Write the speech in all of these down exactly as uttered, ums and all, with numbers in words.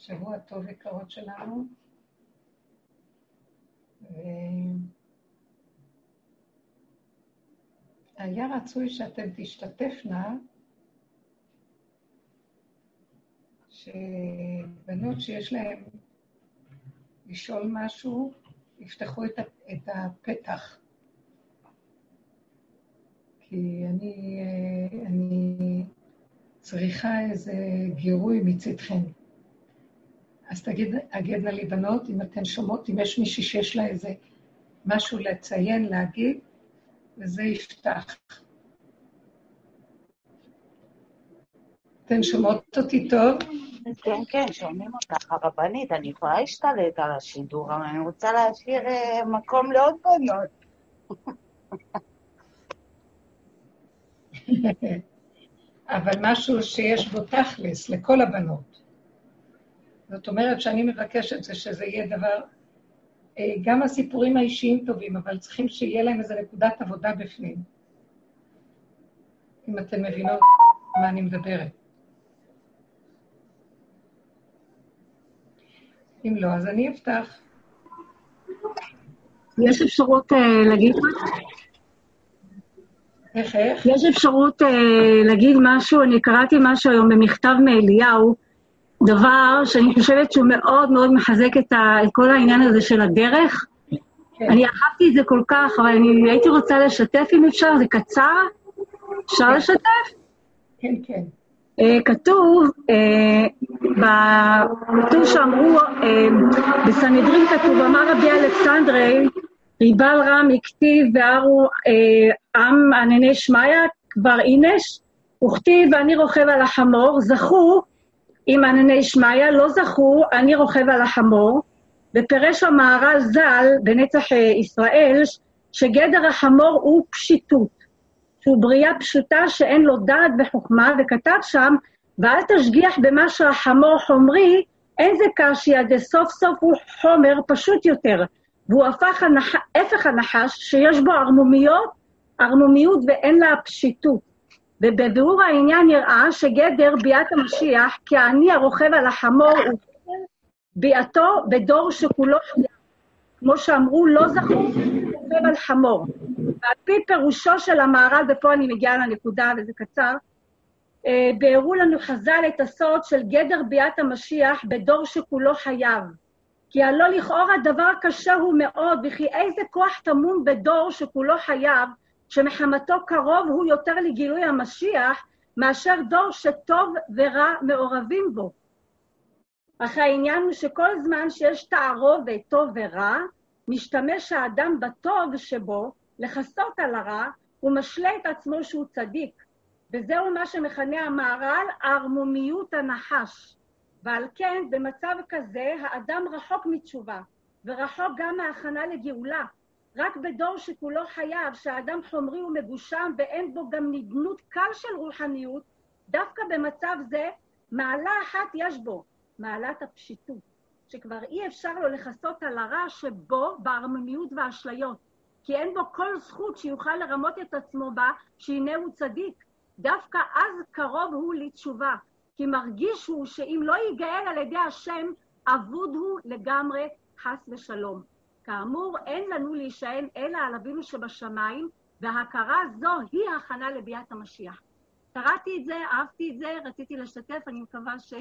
שבוע טוב יקרות שלנו. היה רצוי שאתם תשתתפנה, שבנות שיש להם לשאול משהו, יפתחו את, את הפתח. כי אני, אני צריכה איזה גירוי מצדכם. אז תגיד, אגדנה לי בנות, אם אתן שומעות, אם יש מישהי שיש לה איזה משהו לציין, להגיד, וזה יפתח. אתן שומעות אותי טוב? כן, כן, שומעים אותך, הרבנית, אני יכולה להשתלט על השידור, אבל אני רוצה להשאיר אה, מקום לעוד בנות. אבל משהו שיש בו תכלס לכל הבנות. זאת אומרת שאני מבקשת זה שזה יהיה דבר, גם הסיפורים האישיים טובים, אבל צריכים שיהיה להם איזו נקודת עבודה בפנים. אם אתן מבינות מה אני מדברת. אם לא, אז אני אפתח. יש אפשרות uh, להגיד משהו? איך, איך? יש אפשרות uh, להגיד משהו, אני קראתי משהו היום במכתב מאליהו, דבר שאני חושבת שהוא מאוד מאוד מחזק את, ה, את כל העניין הזה של הדרך. כן. אני אהבתי את זה כל כך, אבל אני הייתי רוצה לשתף אם אפשר, זה קצר? אפשר כן. לשתף? כן, כן. Uh, כתוב, uh, כתוב שאמרו, uh, בסנהדרין כתוב, אמר רבי אלכסנדרי, ריבל רם הכתיב וארו uh, עם ענני שמיה, כבר אינש, וכתיב ואני רוכב על החמור, זכו עם ענני שמיה, לא זכו, אני רוכב על החמור, בפרש המהר"ל ז"ל, בנצח uh, ישראל, שגדר החמור הוא פשיטות. שהוא בריאה פשוטה שאין לו דעת וחוכמה, וכתב שם, ואל תשגיח במה שהחמור חומרי, אין זה קשיא, עד סוף סוף הוא חומר פשוט יותר, והוא הפך הנח... הפך הנחש שיש בו ערמומיות, ערמומיות ואין לה פשיטות. ובבירור העניין נראה שגדר ביאת המשיח, כי אני הרוכב על החמור, הוא ביאתו בדור שכולו חייב. כמו שאמרו, לא זכו, רוכב על חמור. ועל פי פירושו של המהר"ל, ופה אני מגיעה לנקודה וזה קצר, ביארו לנו חז"ל את הסוד של גדר ביאת המשיח בדור שכולו חייב. כי הלא לכאורה דבר קשה הוא מאוד, וכי איזה כוח טמון בדור שכולו חייב, שמחמתו קרוב הוא יותר לגילוי המשיח, מאשר דור שטוב ורע מעורבים בו. אך העניין הוא שכל זמן שיש תערובת טוב ורע, משתמש האדם בטוב שבו, לחסות על הרע, הוא משלה את עצמו שהוא צדיק. וזהו מה שמכנה המהר"ל, ערמומיות הנחש. ועל כן, במצב כזה, האדם רחוק מתשובה, ורחוק גם מהכנה לגאולה. רק בדור שכולו חייב, שהאדם חומרי ומגושם, ואין בו גם נדנות קל של רוחניות, דווקא במצב זה, מעלה אחת יש בו, מעלת הפשיטות, שכבר אי אפשר לו לחסות על הרע שבו בערמומיות והאשליות. כי אין בו כל זכות שיוכל לרמות את עצמו בה, שהנה הוא צדיק. דווקא אז קרוב הוא לתשובה, כי מרגיש הוא שאם לא ייגאל על ידי השם, אבוד הוא לגמרי חס ושלום. כאמור, אין לנו להישען אלא על אבינו שבשמיים, וההכרה זו היא ההכנה לביאת המשיח. קראתי את זה, אהבתי את זה, רציתי לשתף, אני מקווה ש...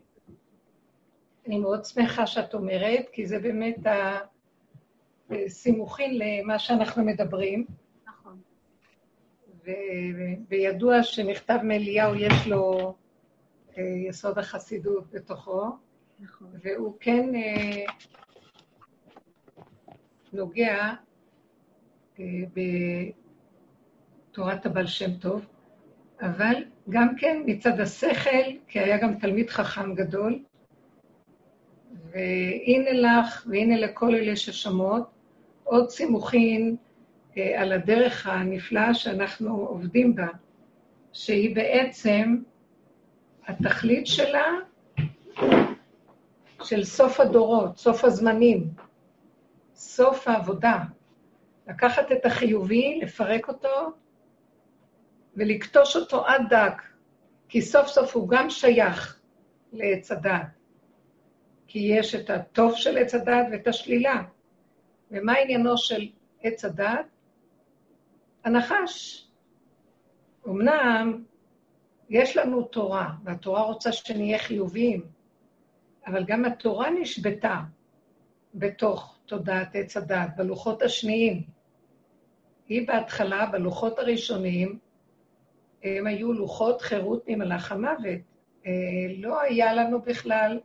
אני מאוד שמחה שאת אומרת, כי זה באמת הסימוכין למה שאנחנו מדברים. נכון. וידוע שנכתב מאליהו יש לו יסוד החסידות בתוכו, נכון. והוא כן נוגע בתורת הבעל שם טוב, אבל גם כן מצד השכל, כי היה גם תלמיד חכם גדול, והנה לך, והנה לכל אלה ששמות, עוד סימוכין אה, על הדרך הנפלאה שאנחנו עובדים בה, שהיא בעצם התכלית שלה, של סוף הדורות, סוף הזמנים, סוף העבודה. לקחת את החיובי, לפרק אותו, ולקטוש אותו עד דק, כי סוף סוף הוא גם שייך לעץ הדעת. כי יש את הטוב של עץ הדעת ואת השלילה. ומה עניינו של עץ הדעת? הנחש. אמנם יש לנו תורה, והתורה רוצה שנהיה חיוביים, אבל גם התורה נשבתה בתוך תודעת עץ הדעת, בלוחות השניים. היא בהתחלה, בלוחות הראשוניים, הם היו לוחות חירות ממלאך המוות. לא היה לנו בכלל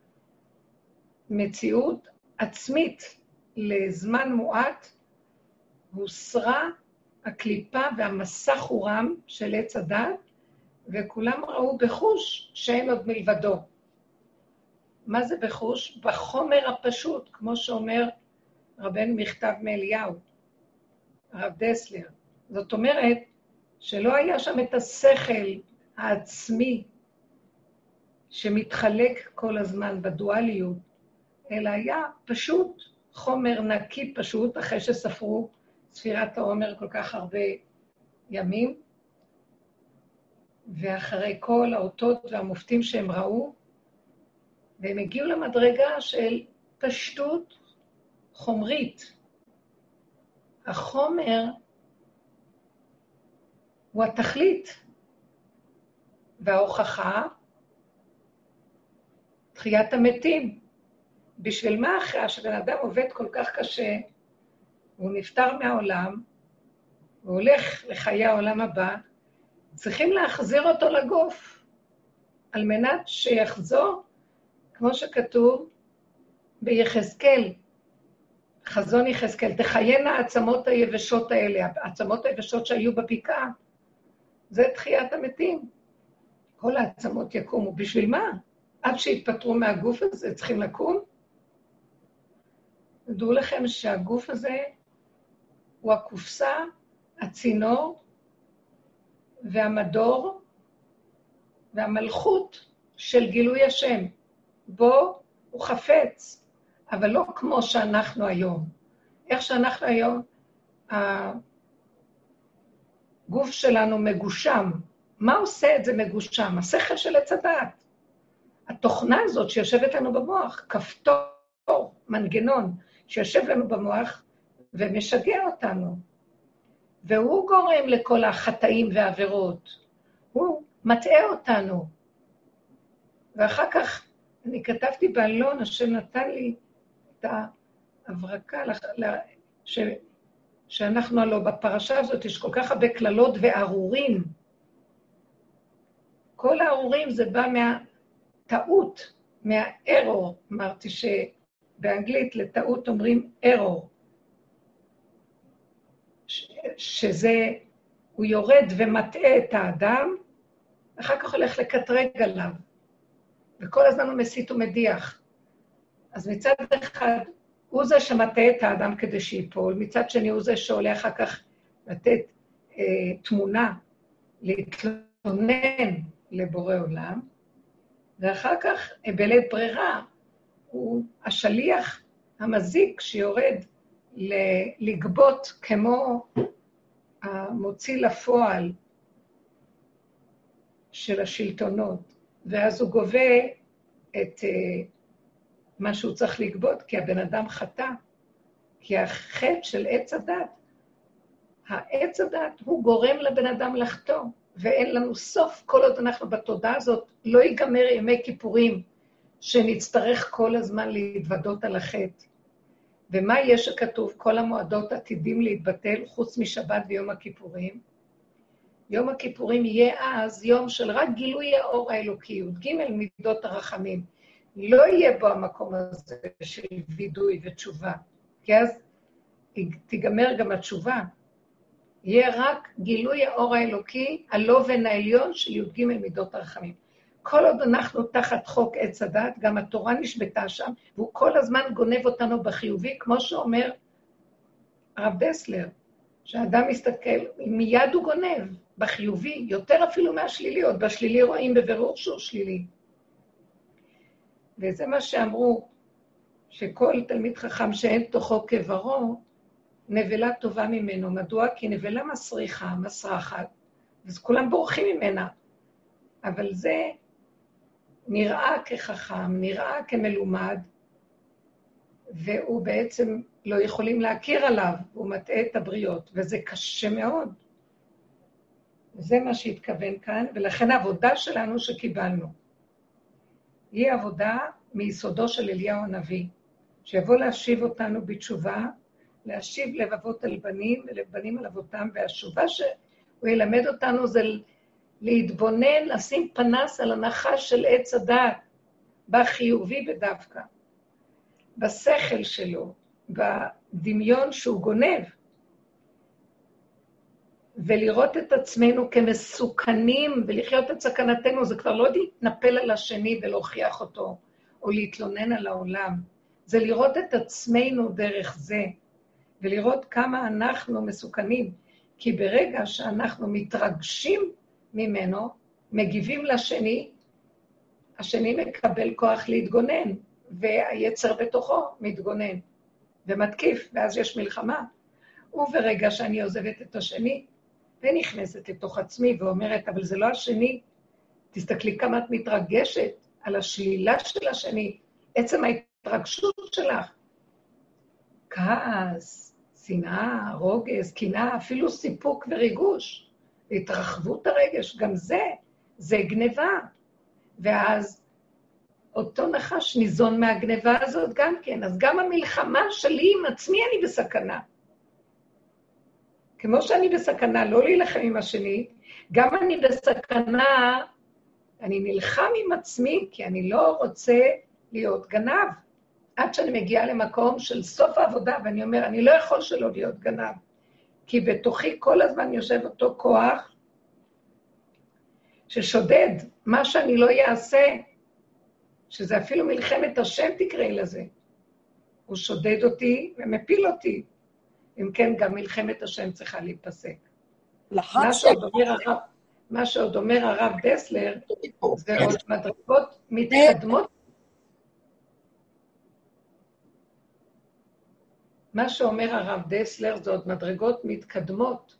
מציאות עצמית לזמן מועט, הוסרה הקליפה והמסך הורם של עץ הדעת, וכולם ראו בחוש שאין עוד מלבדו. מה זה בחוש? בחומר הפשוט, כמו שאומר רבנו מכתב מאליהו, הרב דסלר. זאת אומרת שלא היה שם את השכל העצמי שמתחלק כל הזמן בדואליות, אלא היה פשוט חומר נקי פשוט, אחרי שספרו ספירת העומר כל כך הרבה ימים, ואחרי כל האותות והמופתים שהם ראו, והם הגיעו למדרגה של פשטות חומרית. החומר הוא התכלית, וההוכחה, תחיית המתים. בשביל מה אחרי שבן אדם עובד כל כך קשה, הוא נפטר מהעולם, הוא הולך לחיי העולם הבא, צריכים להחזיר אותו לגוף, על מנת שיחזור, כמו שכתוב ביחזקאל, חזון יחזקאל, תחיינה העצמות היבשות האלה, העצמות היבשות שהיו בבקעה, זה תחיית המתים. כל העצמות יקומו. בשביל מה? עד שהתפטרו מהגוף הזה, צריכים לקום? תדעו לכם שהגוף הזה הוא הקופסה, הצינור והמדור והמלכות של גילוי השם. בו הוא חפץ, אבל לא כמו שאנחנו היום. איך שאנחנו היום, הגוף שלנו מגושם. מה עושה את זה מגושם? השכל של עץ הדעת. התוכנה הזאת שיושבת לנו במוח, כפתור, מנגנון, שיושב לנו במוח ומשגע אותנו. והוא גורם לכל החטאים והעבירות. הוא מטעה אותנו. ואחר כך אני כתבתי באלון, השם נתן לי את ההברקה, ש... שאנחנו הלוא בפרשה הזאת יש כל כך הרבה כללות וארורים. כל הארורים זה בא מהטעות, מהארור. אמרתי שבאנגלית לטעות אומרים ארור. ש... שזה, הוא יורד ומטעה את האדם, אחר כך הולך לקטרג עליו. וכל הזמן הוא מסית ומדיח. אז מצד אחד, הוא זה שמטעה את האדם כדי שיפול, מצד שני הוא זה שעולה אחר כך לתת אה, תמונה, להתלונן לבורא עולם, ואחר כך בלית ברירה, הוא השליח המזיק שיורד ל- לגבות כמו המוציא לפועל של השלטונות, ואז הוא גובה את uh, מה שהוא צריך לגבות, כי הבן אדם חטא, כי החטא של עץ הדת, העץ הדת הוא גורם לבן אדם לחטוא, ואין לנו סוף כל עוד אנחנו בתודעה הזאת, לא ייגמר ימי כיפורים, שנצטרך כל הזמן להתוודות על החטא. ומה יש שכתוב? כל המועדות עתידים להתבטל, חוץ משבת ויום הכיפורים. יום הכיפורים יהיה אז יום של רק גילוי האור האלוקי, ג' מידות הרחמים. לא יהיה בו המקום הזה של וידוי ותשובה, כי אז תיגמר גם התשובה. יהיה רק גילוי האור האלוקי, הלובן העליון של י"ג מידות הרחמים. כל עוד אנחנו תחת חוק עץ הדת, גם התורה נשבתה שם, והוא כל הזמן גונב אותנו בחיובי, כמו שאומר הרב דסלר, שהאדם מסתכל, מיד הוא גונב בחיובי, יותר אפילו מהשליליות, בשלילי רואים בבירור שהוא שלילי. וזה מה שאמרו, שכל תלמיד חכם שאין תוכו כברו, נבלה טובה ממנו. מדוע? כי נבלה מסריחה, מסרחת, אז כולם בורחים ממנה. אבל זה נראה כחכם, נראה כמלומד, והוא בעצם לא יכולים להכיר עליו, הוא מטעה את הבריות, וזה קשה מאוד. זה מה שהתכוון כאן, ולכן העבודה שלנו שקיבלנו. היא עבודה מיסודו של אליהו הנביא, שיבוא להשיב אותנו בתשובה, להשיב לבבות על בנים ולבנים על אבותם, והשובה שהוא ילמד אותנו זה להתבונן, לשים פנס על הנחש של עץ הדעת, בחיובי בדווקא, בשכל שלו, בדמיון שהוא גונב, ולראות את עצמנו כמסוכנים ולחיות את סכנתנו, זה כבר לא להתנפל על השני ולהוכיח אותו, או להתלונן על העולם, זה לראות את עצמנו דרך זה, ולראות כמה אנחנו מסוכנים, כי ברגע שאנחנו מתרגשים ממנו, מגיבים לשני, השני מקבל כוח להתגונן, והיצר בתוכו מתגונן, ומתקיף, ואז יש מלחמה. וברגע שאני עוזבת את השני, ונכנסת לתוך עצמי ואומרת, אבל זה לא השני, תסתכלי כמה את מתרגשת על השלילה של השני, עצם ההתרגשות שלך, כעס, שנאה, רוגז, קנאה, אפילו סיפוק וריגוש, והתרחבות הרגש, גם זה, זה גניבה. ואז אותו נחש ניזון מהגניבה הזאת גם כן, אז גם המלחמה שלי עם עצמי אני בסכנה. כמו שאני בסכנה לא להילחם עם השני, גם אני בסכנה, אני נלחם עם עצמי, כי אני לא רוצה להיות גנב. עד שאני מגיעה למקום של סוף העבודה, ואני אומר, אני לא יכול שלא להיות גנב, כי בתוכי כל הזמן יושב אותו כוח, ששודד מה שאני לא יעשה, שזה אפילו מלחמת השם תקראי לזה. הוא שודד אותי ומפיל אותי. אם כן, גם מלחמת השם צריכה להיפסק. מה שעוד אומר הרב, מה שעוד אומר הרב דסלר, זה עוד מדרגות מתקדמות. מה שאומר הרב דסלר, זה עוד מדרגות מתקדמות,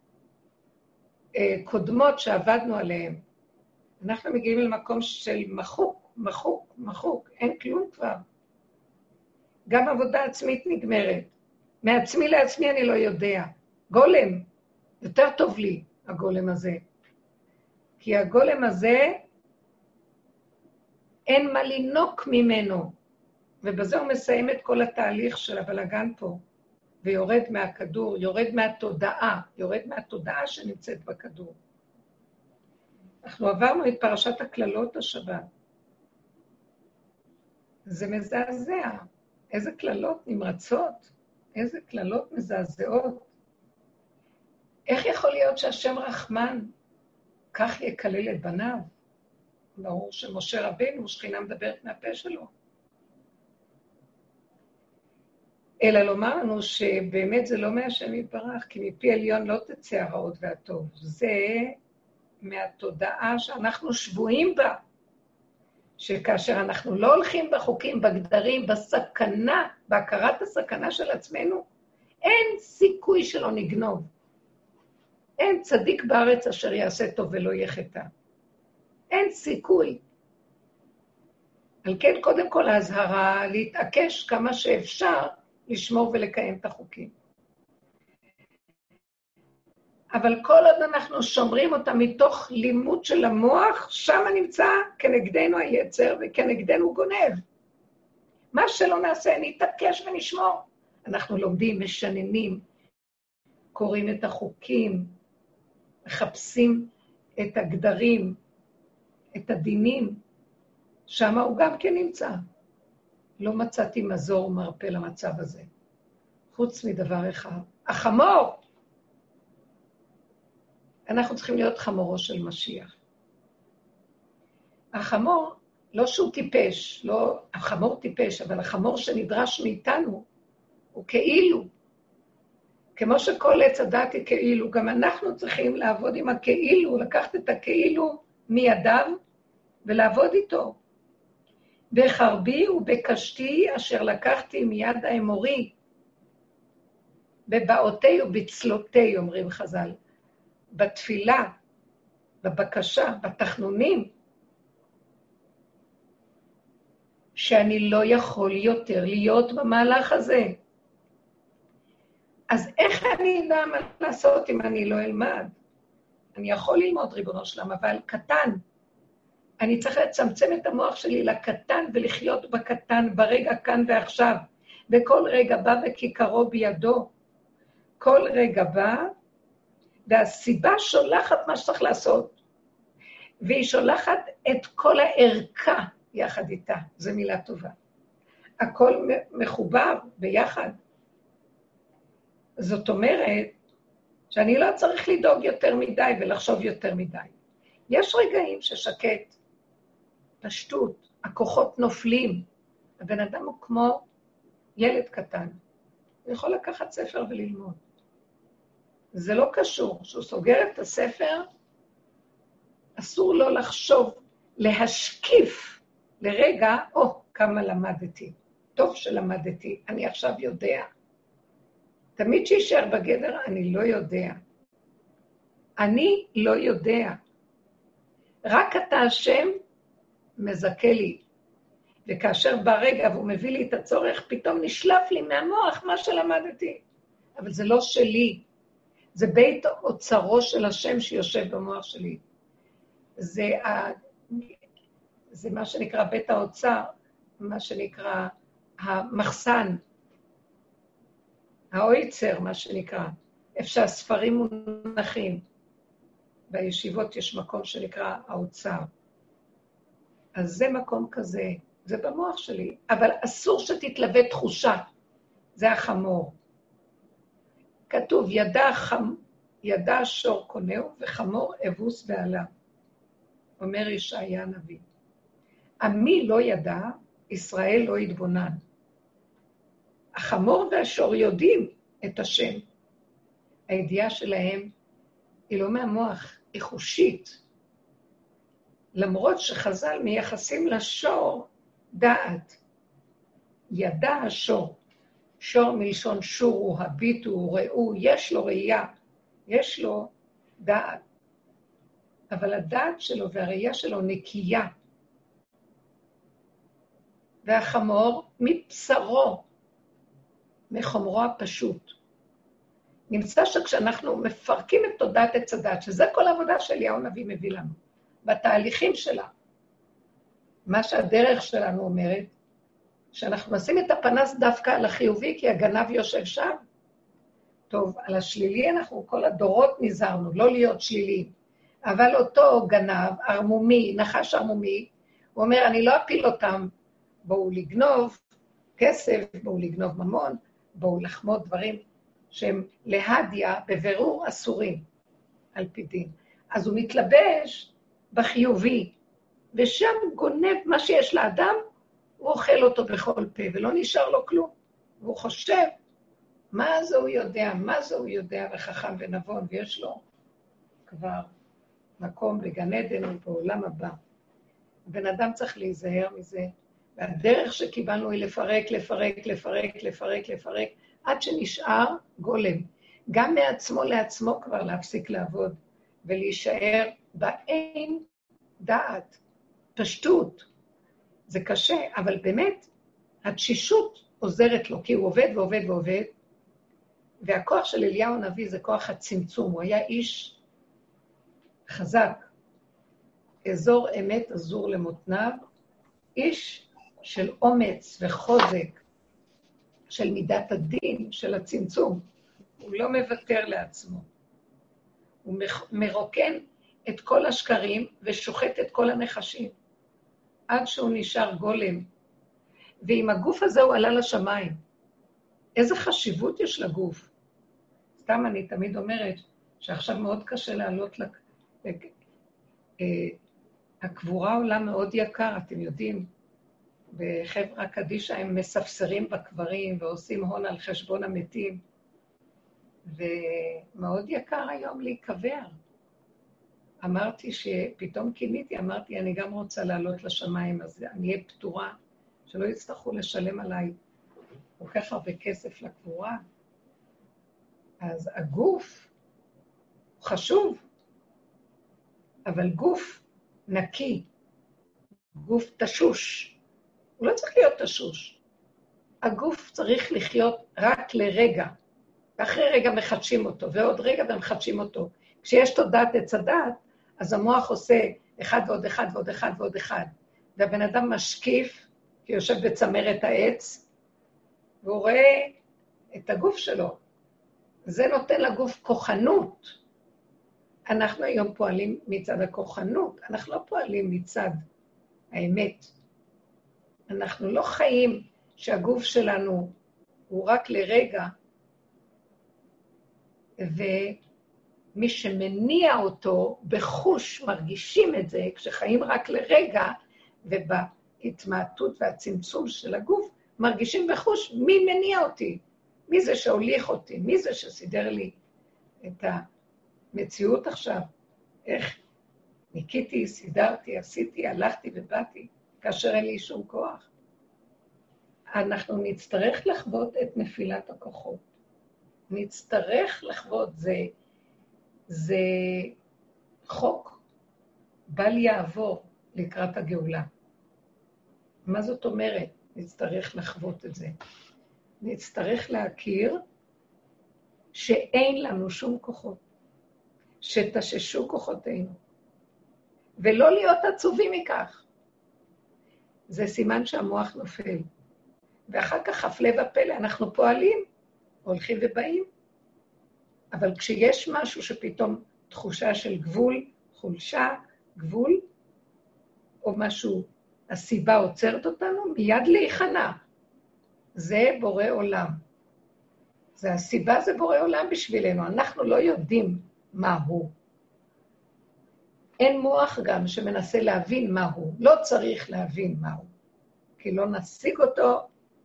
קודמות שעבדנו עליהן. אנחנו מגיעים למקום של מחוק, מחוק, מחוק, אין כלום כבר. גם עבודה עצמית נגמרת. מעצמי לעצמי אני לא יודע. גולם, יותר טוב לי הגולם הזה. כי הגולם הזה, אין מה לנוק ממנו. ובזה הוא מסיים את כל התהליך של הבלגן פה. ויורד מהכדור, יורד מהתודעה, יורד מהתודעה שנמצאת בכדור. אנחנו עברנו את פרשת הכללות השבת. זה מזעזע. איזה כללות נמרצות, איזה כללות מזעזעות. איך יכול להיות שהשם רחמן כך יקלל את בניו? ברור שמשה רבינו, שכינה מדברת מהפה שלו. אלא לומר לנו שבאמת זה לא מהשם יתברך, כי מפי עליון לא תצא הרעות והטוב. זה מהתודעה שאנחנו שבויים בה, שכאשר אנחנו לא הולכים בחוקים, בגדרים, בסכנה, בהכרת הסכנה של עצמנו, אין סיכוי שלא נגנוב. אין צדיק בארץ אשר יעשה טוב ולא יחטא. אין סיכוי. על כן, קודם כל ההזהרה להתעקש כמה שאפשר לשמור ולקיים את החוקים. אבל כל עוד אנחנו שומרים אותם מתוך לימוד של המוח, שם נמצא כנגדנו היצר וכנגדנו גונב. מה שלא נעשה, נתעקש ונשמור. אנחנו לומדים, משננים, קוראים את החוקים, מחפשים את הגדרים, את הדינים, שם הוא גם כן נמצא. לא מצאתי מזור ומרפא למצב הזה. חוץ מדבר אחד. החמור! אנחנו צריכים להיות חמורו של משיח. החמור, לא שהוא טיפש, לא, החמור טיפש, אבל החמור שנדרש מאיתנו, הוא כאילו. כמו שכל עץ הדת היא כאילו, גם אנחנו צריכים לעבוד עם הכאילו, לקחת את הכאילו מידיו ולעבוד איתו. בחרבי ובקשתי אשר לקחתי מיד האמורי, בבעותי ובצלותי, אומרים חז"ל, בתפילה, בבקשה, בתחנונים, שאני לא יכול יותר להיות במהלך הזה. אז איך אני אדע מה לעשות אם אני לא אלמד? אני יכול ללמוד ריבונו שלם, אבל קטן. אני צריך לצמצם את המוח שלי לקטן ולחיות בקטן ברגע כאן ועכשיו. וכל רגע בא וכיכרו בידו. כל רגע בא, והסיבה שולחת מה שצריך לעשות. והיא שולחת את כל הערכה יחד איתה. זו מילה טובה. הכל מחובר ביחד. זאת אומרת, שאני לא צריך לדאוג יותר מדי ולחשוב יותר מדי. יש רגעים ששקט, פשטות, הכוחות נופלים. הבן אדם הוא כמו ילד קטן. הוא יכול לקחת ספר וללמוד. זה לא קשור. כשהוא סוגר את הספר, אסור לו לחשוב, להשקיף לרגע, או, oh, כמה למדתי. טוב שלמדתי, אני עכשיו יודע. תמיד שישאר בגדר, אני לא יודע. אני לא יודע. רק אתה השם מזכה לי. וכאשר ברגע והוא מביא לי את הצורך, פתאום נשלף לי מהמוח מה שלמדתי. אבל זה לא שלי. זה בית אוצרו של השם שיושב במוח שלי. זה, ה... זה מה שנקרא בית האוצר, מה שנקרא המחסן. האויצר, מה שנקרא, איפה שהספרים מונחים. בישיבות יש מקום שנקרא האוצר. אז זה מקום כזה, זה במוח שלי, אבל אסור שתתלווה תחושה. זה החמור. כתוב, ידע, חמ... ידע שור קונהו וחמור אבוס בעלה. אומר ישעיה הנביא. עמי לא ידע, ישראל לא יתבונן. החמור והשור יודעים את השם. הידיעה שלהם היא לא מהמוח, היא חושית. למרות שחז"ל מייחסים לשור דעת. ידע השור. שור מלשון שורו, הביטו, ראו, יש לו ראייה, יש לו דעת. אבל הדעת שלו והראייה שלו נקייה. והחמור מבשרו, מחומרו הפשוט. נמצא שכשאנחנו מפרקים את תודעת עץ הדת, שזה כל העבודה שאליהו הנביא מביא לנו, בתהליכים שלה, מה שהדרך שלנו אומרת, שאנחנו נשים את הפנס דווקא על החיובי, כי הגנב יושב שם. טוב, על השלילי אנחנו כל הדורות נזהרנו, לא להיות שליליים. אבל אותו גנב, ארמומי, נחש ארמומי, הוא אומר, אני לא אפיל אותם, בואו לגנוב כסף, בואו לגנוב ממון, בואו לחמוד דברים שהם להדיה בבירור אסורים על פי דין. אז הוא מתלבש בחיובי, ושם גונב מה שיש לאדם, הוא אוכל אותו בכל פה, ולא נשאר לו כלום. והוא חושב, מה זה הוא יודע, מה זה הוא יודע, וחכם ונבון, ויש לו כבר מקום בגן עדן ובעולם הבא. בן אדם צריך להיזהר מזה, והדרך שקיבלנו היא לפרק, לפרק, לפרק, לפרק, לפרק, עד שנשאר גולם. גם מעצמו לעצמו כבר להפסיק לעבוד, ולהישאר באין דעת, פשטות. זה קשה, אבל באמת, התשישות עוזרת לו, כי הוא עובד ועובד ועובד, והכוח של אליהו הנביא זה כוח הצמצום, הוא היה איש חזק, אזור אמת עזור למותניו, איש של אומץ וחוזק, של מידת הדין, של הצמצום. הוא לא מוותר לעצמו. הוא מרוקן את כל השקרים ושוחט את כל הנחשים, עד שהוא נשאר גולם. ועם הגוף הזה הוא עלה לשמיים. איזה חשיבות יש לגוף. סתם אני תמיד אומרת שעכשיו מאוד קשה לעלות לק... הקבורה עולה מאוד יקר, אתם יודעים, בחברה קדישה הם מספסרים בקברים ועושים הון על חשבון המתים, ומאוד יקר היום להיקבר. אמרתי שפתאום כיניתי, אמרתי, אני גם רוצה לעלות לשמיים, אז אני אהיה פטורה, שלא יצטרכו לשלם עליי כל כך הרבה כסף לקבורה. אז הגוף הוא חשוב, אבל גוף נקי, גוף תשוש, הוא לא צריך להיות תשוש. הגוף צריך לחיות רק לרגע, ואחרי רגע מחדשים אותו, ועוד רגע ומחדשים אותו. כשיש תודעת עץ הדעת, אז המוח עושה אחד ועוד אחד ועוד אחד ועוד אחד. והבן אדם משקיף, כי יושב בצמרת העץ, והוא רואה את הגוף שלו. זה נותן לגוף כוחנות. אנחנו היום פועלים מצד הכוחנות, אנחנו לא פועלים מצד האמת. אנחנו לא חיים שהגוף שלנו הוא רק לרגע, ומי שמניע אותו בחוש מרגישים את זה, כשחיים רק לרגע, ובהתמעטות והצמצום של הגוף, מרגישים בחוש מי מניע אותי, מי זה שהוליך אותי, מי זה שסידר לי את המציאות עכשיו, איך ניקיתי, סידרתי, עשיתי, הלכתי ובאתי, כאשר אין לי שום כוח. אנחנו נצטרך לחוות את נפילת הכוחות. נצטרך לחוות, זה, זה חוק בל יעבור לקראת הגאולה. מה זאת אומרת? נצטרך לחוות את זה. נצטרך להכיר שאין לנו שום כוחות, שתששו כוחותינו, ולא להיות עצובים מכך. זה סימן שהמוח נופל. ואחר כך הפלא ופלא, אנחנו פועלים, הולכים ובאים. אבל כשיש משהו שפתאום תחושה של גבול, חולשה, גבול, או משהו, הסיבה עוצרת אותנו, מיד להיכנע. זה בורא עולם. זה הסיבה, זה בורא עולם בשבילנו. אנחנו לא יודעים מה הוא. אין מוח גם שמנסה להבין מה הוא. לא צריך להבין מה הוא. כי לא נשיג אותו,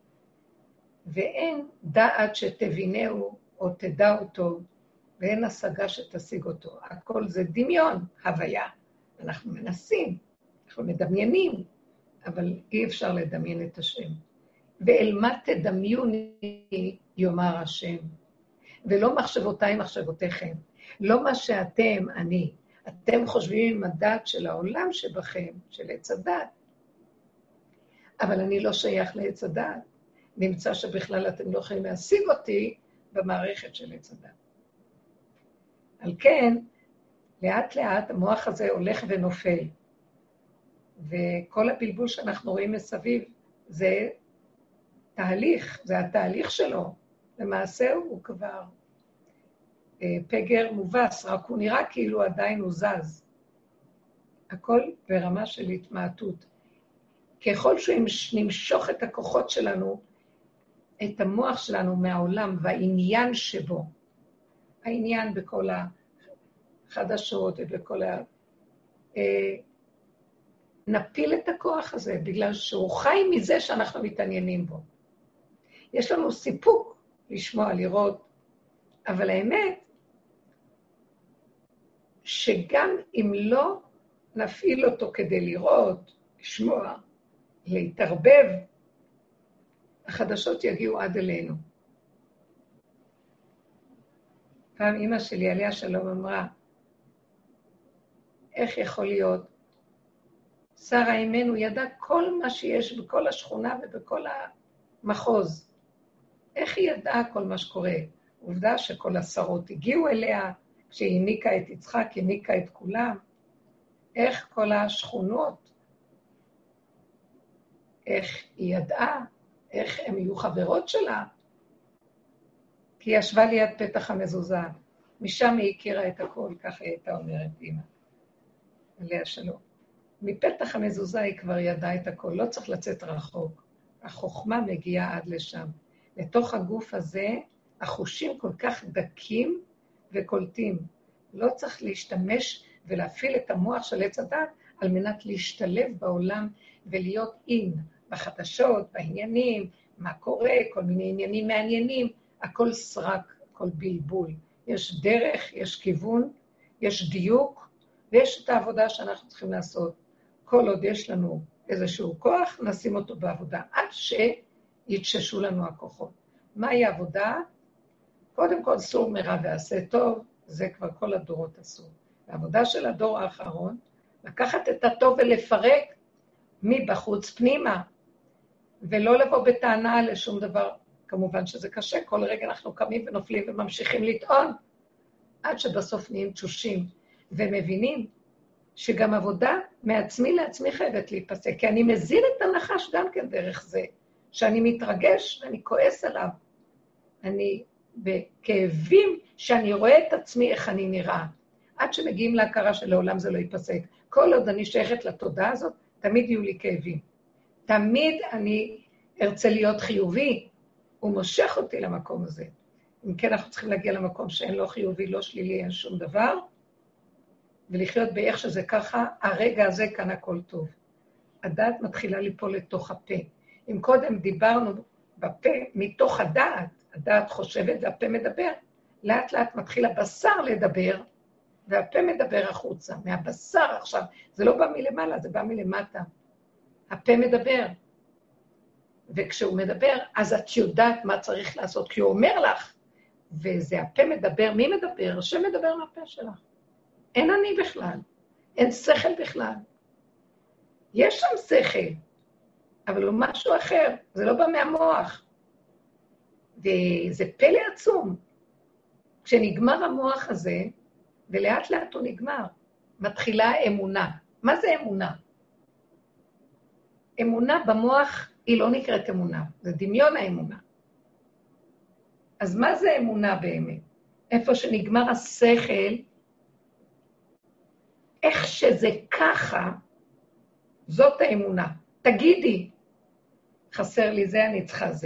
ואין דעת שתבינהו או תדע אותו, ואין השגה שתשיג אותו. הכל זה דמיון, הוויה. אנחנו מנסים, אנחנו מדמיינים, אבל אי אפשר לדמיין את השם. ואל מה תדמיוני יאמר השם. ולא מחשבותיי מחשבותיכם. לא מה שאתם, אני. אתם חושבים עם הדעת של העולם שבכם, של עץ הדעת. אבל אני לא שייך לעץ הדעת. נמצא שבכלל אתם לא יכולים להשיג אותי במערכת של עץ הדעת. על כן, לאט לאט המוח הזה הולך ונופל. וכל הבלבול שאנחנו רואים מסביב זה תהליך, זה התהליך שלו. למעשה הוא כבר אה, פגר מובס, רק הוא נראה כאילו עדיין הוא זז. הכל ברמה של התמעטות. ככל שנמשוך את הכוחות שלנו, את המוח שלנו מהעולם והעניין שבו, העניין בכל החדשות ובכל ה... אה, נפיל את הכוח הזה, בגלל שהוא חי מזה שאנחנו מתעניינים בו. יש לנו סיפוק לשמוע, לראות, אבל האמת, שגם אם לא נפעיל אותו כדי לראות, לשמוע, להתערבב, החדשות יגיעו עד אלינו. פעם אמא שלי, עליה שלום, אמרה, איך יכול להיות? שרה אימנו ידע כל מה שיש בכל השכונה ובכל המחוז. איך היא ידעה כל מה שקורה? עובדה שכל השרות הגיעו אליה, כשהיא הניקה את יצחק, הניקה את כולם. איך כל השכונות, איך היא ידעה, איך הם יהיו חברות שלה, כי היא ישבה ליד פתח המזוזה, משם היא הכירה את הכל, ככה היא הייתה אומרת אמא, עליה שלום. מפתח המזוזה היא כבר ידעה את הכל, לא צריך לצאת רחוק. החוכמה מגיעה עד לשם. לתוך הגוף הזה, החושים כל כך דקים וקולטים. לא צריך להשתמש ולהפעיל את המוח של עץ הדת, על מנת להשתלב בעולם ולהיות אין, בחדשות, בעניינים, מה קורה, כל מיני עניינים מעניינים, הכל סרק, הכל בלבול. יש דרך, יש כיוון, יש דיוק, ויש את העבודה שאנחנו צריכים לעשות. כל עוד יש לנו איזשהו כוח, נשים אותו בעבודה, עד שיתששו לנו הכוחות. מהי העבודה? קודם כל, סור מרע ועשה טוב, זה כבר כל הדורות עשו. העבודה של הדור האחרון, לקחת את הטוב ולפרק מבחוץ פנימה, ולא לבוא בטענה לשום דבר. כמובן שזה קשה, כל רגע אנחנו קמים ונופלים וממשיכים לטעון, עד שבסוף נהיים תשושים ומבינים שגם עבודה מעצמי לעצמי חייבת להיפסק, כי אני מזין את הנחש גם כן דרך זה, שאני מתרגש ואני כועס עליו, אני בכאבים שאני רואה את עצמי איך אני נראה, עד שמגיעים להכרה שלעולם זה לא ייפסק. כל עוד אני שייכת לתודעה הזאת, תמיד יהיו לי כאבים. תמיד אני ארצה להיות חיובי, הוא מושך אותי למקום הזה. אם כן, אנחנו צריכים להגיע למקום שאין לו חיובי, לא שלילי, אין שום דבר, ולחיות באיך שזה ככה, הרגע הזה כאן הכל טוב. הדעת מתחילה ליפול לתוך הפה. אם קודם דיברנו בפה, מתוך הדעת, הדעת חושבת והפה מדבר, לאט לאט מתחיל הבשר לדבר, והפה מדבר החוצה, מהבשר עכשיו. זה לא בא מלמעלה, זה בא מלמטה. הפה מדבר. וכשהוא מדבר, אז את יודעת מה צריך לעשות, כי הוא אומר לך, וזה הפה מדבר, מי מדבר? השם מדבר מהפה שלך. אין אני בכלל, אין שכל בכלל. יש שם שכל, אבל הוא משהו אחר, זה לא בא מהמוח. וזה פלא עצום. כשנגמר המוח הזה, ולאט לאט הוא נגמר, מתחילה אמונה. מה זה אמונה? אמונה במוח היא לא נקראת אמונה, זה דמיון האמונה. אז מה זה אמונה באמת? איפה שנגמר השכל, איך שזה ככה, זאת האמונה. תגידי, חסר לי זה, אני צריכה זה.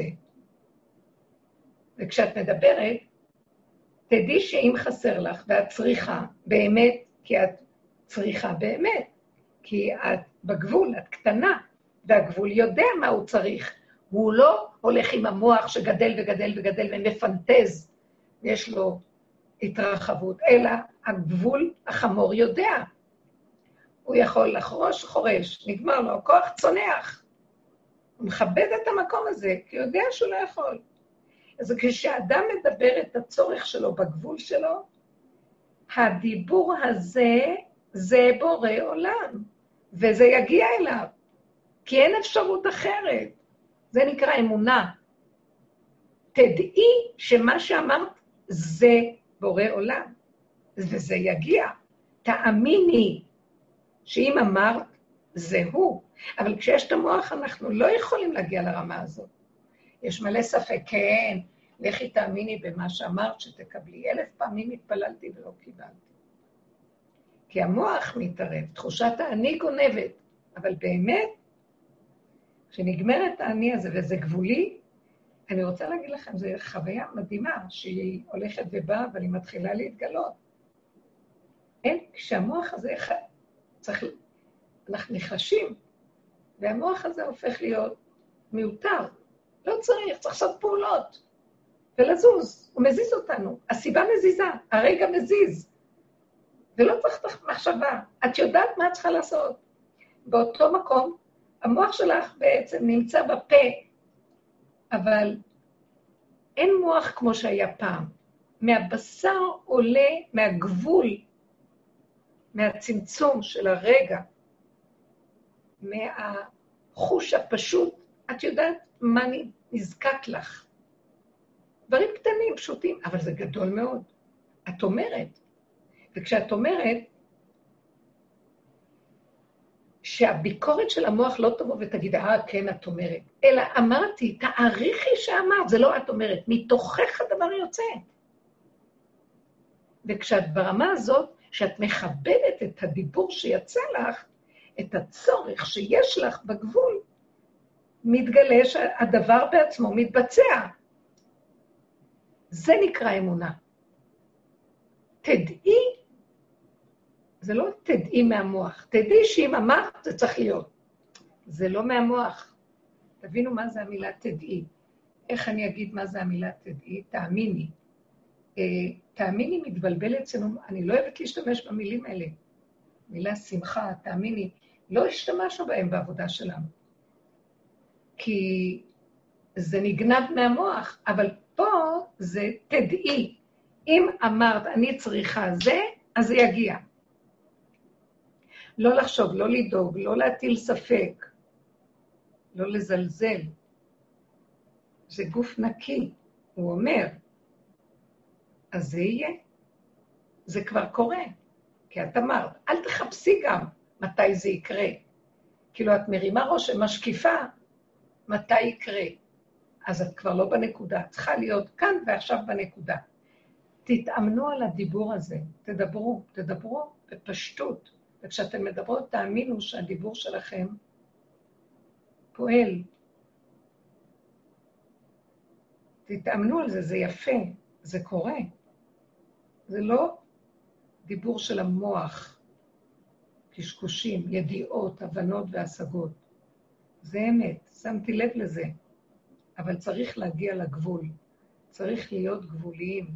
וכשאת מדברת, תדעי שאם חסר לך, ואת צריכה באמת, כי את צריכה באמת, כי את בגבול, את קטנה, והגבול יודע מה הוא צריך. הוא לא הולך עם המוח שגדל וגדל וגדל ומפנטז, ויש לו התרחבות, אלא הגבול החמור יודע. הוא יכול לחרוש, חורש, נגמר לו, הכוח צונח. הוא מכבד את המקום הזה, כי הוא יודע שהוא לא יכול. אז כשאדם מדבר את הצורך שלו בגבול שלו, הדיבור הזה זה בורא עולם, וזה יגיע אליו, כי אין אפשרות אחרת. זה נקרא אמונה. תדעי שמה שאמרת זה בורא עולם, וזה יגיע. תאמיני שאם אמרת זה הוא, אבל כשיש את המוח אנחנו לא יכולים להגיע לרמה הזאת. יש מלא ספק, כן, לכי תאמיני במה שאמרת שתקבלי. אלף פעמים התפללתי ולא קיבלתי. כי המוח מתערב, תחושת האני גונבת, אבל באמת, כשנגמרת האני הזה וזה גבולי, אני רוצה להגיד לכם, זו חוויה מדהימה שהיא הולכת ובאה, אבל היא מתחילה להתגלות. אין, כשהמוח הזה צריך, אנחנו נחלשים, והמוח הזה הופך להיות מיותר. לא צריך, צריך לעשות פעולות, ולזוז, הוא מזיז אותנו. הסיבה מזיזה, הרגע מזיז, ולא צריך מחשבה. את יודעת מה את צריכה לעשות. באותו מקום, המוח שלך בעצם נמצא בפה, אבל אין מוח כמו שהיה פעם. מהבשר עולה מהגבול, מהצמצום של הרגע, מהחוש הפשוט, את יודעת מה נזקק לך. דברים קטנים, פשוטים, אבל זה גדול מאוד. את אומרת, וכשאת אומרת, שהביקורת של המוח לא תבוא ותגיד, אה, כן, את אומרת, אלא אמרתי, תעריכי שאמרת, זה לא את אומרת, מתוכך הדבר יוצא. וכשאת ברמה הזאת, שאת מכבדת את הדיבור שיצא לך, את הצורך שיש לך בגבול, מתגלה שהדבר בעצמו מתבצע. זה נקרא אמונה. תדעי, זה לא תדעי מהמוח, תדעי שאם אמרת זה צריך להיות. זה לא מהמוח. תבינו מה זה המילה תדעי. איך אני אגיד מה זה המילה תדעי? תאמיני. תאמיני מתבלבל אצלנו, אני לא אוהבת להשתמש במילים האלה. מילה שמחה, תאמיני, לא השתמשנו בהם בעבודה שלנו. כי זה נגנב מהמוח, אבל פה זה תדעי. אם אמרת אני צריכה זה, אז זה יגיע. לא לחשוב, לא לדאוג, לא להטיל ספק, לא לזלזל, זה גוף נקי, הוא אומר, אז זה יהיה. זה כבר קורה, כי את אמרת, אל תחפשי גם מתי זה יקרה. כאילו את מרימה ראש ומשקיפה, מתי יקרה. אז את כבר לא בנקודה, צריכה להיות כאן ועכשיו בנקודה. תתאמנו על הדיבור הזה, תדברו, תדברו בפשטות, וכשאתם מדברות תאמינו שהדיבור שלכם פועל. תתאמנו על זה, זה יפה, זה קורה. זה לא דיבור של המוח, קשקושים, ידיעות, הבנות והשגות. זה אמת, שמתי לב לזה. אבל צריך להגיע לגבול, צריך להיות גבוליים.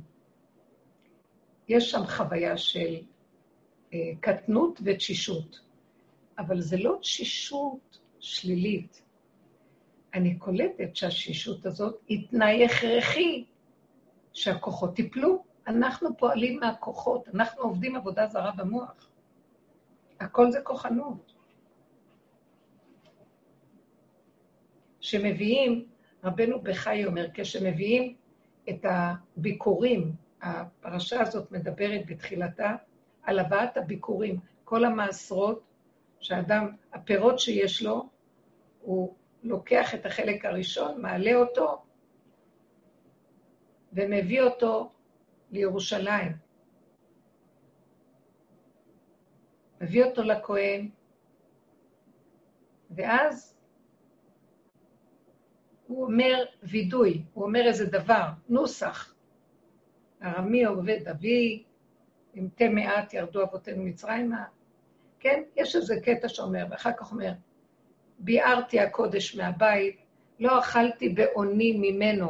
יש שם חוויה של אה, קטנות ותשישות, אבל זה לא תשישות שלילית. אני קולטת שהשישות הזאת היא תנאי הכרחי שהכוחות טיפלו. אנחנו פועלים מהכוחות, אנחנו עובדים עבודה זרה במוח. הכל זה כוחנות. שמביאים, רבנו בחי אומר, כשמביאים את הביקורים, הפרשה הזאת מדברת בתחילתה, על הבאת הביקורים, כל המעשרות שהאדם, הפירות שיש לו, הוא לוקח את החלק הראשון, מעלה אותו, ומביא אותו לירושלים. מביא אותו לכהן, ואז הוא אומר וידוי, הוא אומר איזה דבר, נוסח. ארמי עובד אבי, עם תה מעט ירדו אבותינו מצרימה. כן, יש איזה קטע שאומר, ואחר כך אומר, ביארתי הקודש מהבית, לא אכלתי בעוני ממנו.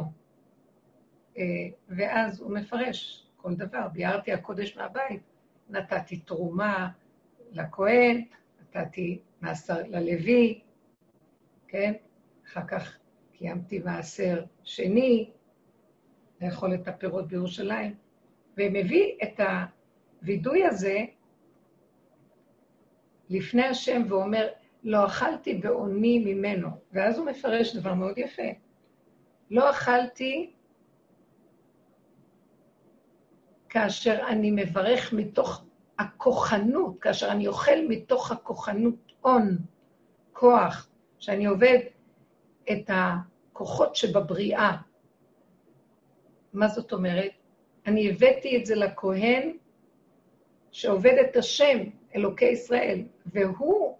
ואז הוא מפרש כל דבר, ביארתי הקודש מהבית, נתתי תרומה לכהן, נתתי מעשר ללוי, כן? אחר כך קיימתי מעשר שני, לאכול את הפירות בירושלים, ומביא את הוידוי הזה לפני השם ואומר, לא אכלתי בעוני ממנו. ואז הוא מפרש דבר מאוד יפה. לא אכלתי כאשר אני מברך מתוך הכוחנות, כאשר אני אוכל מתוך הכוחנות, און, כוח, שאני עובד את הכוחות שבבריאה. מה זאת אומרת? אני הבאתי את זה לכהן שעובד את השם, אלוקי ישראל, והוא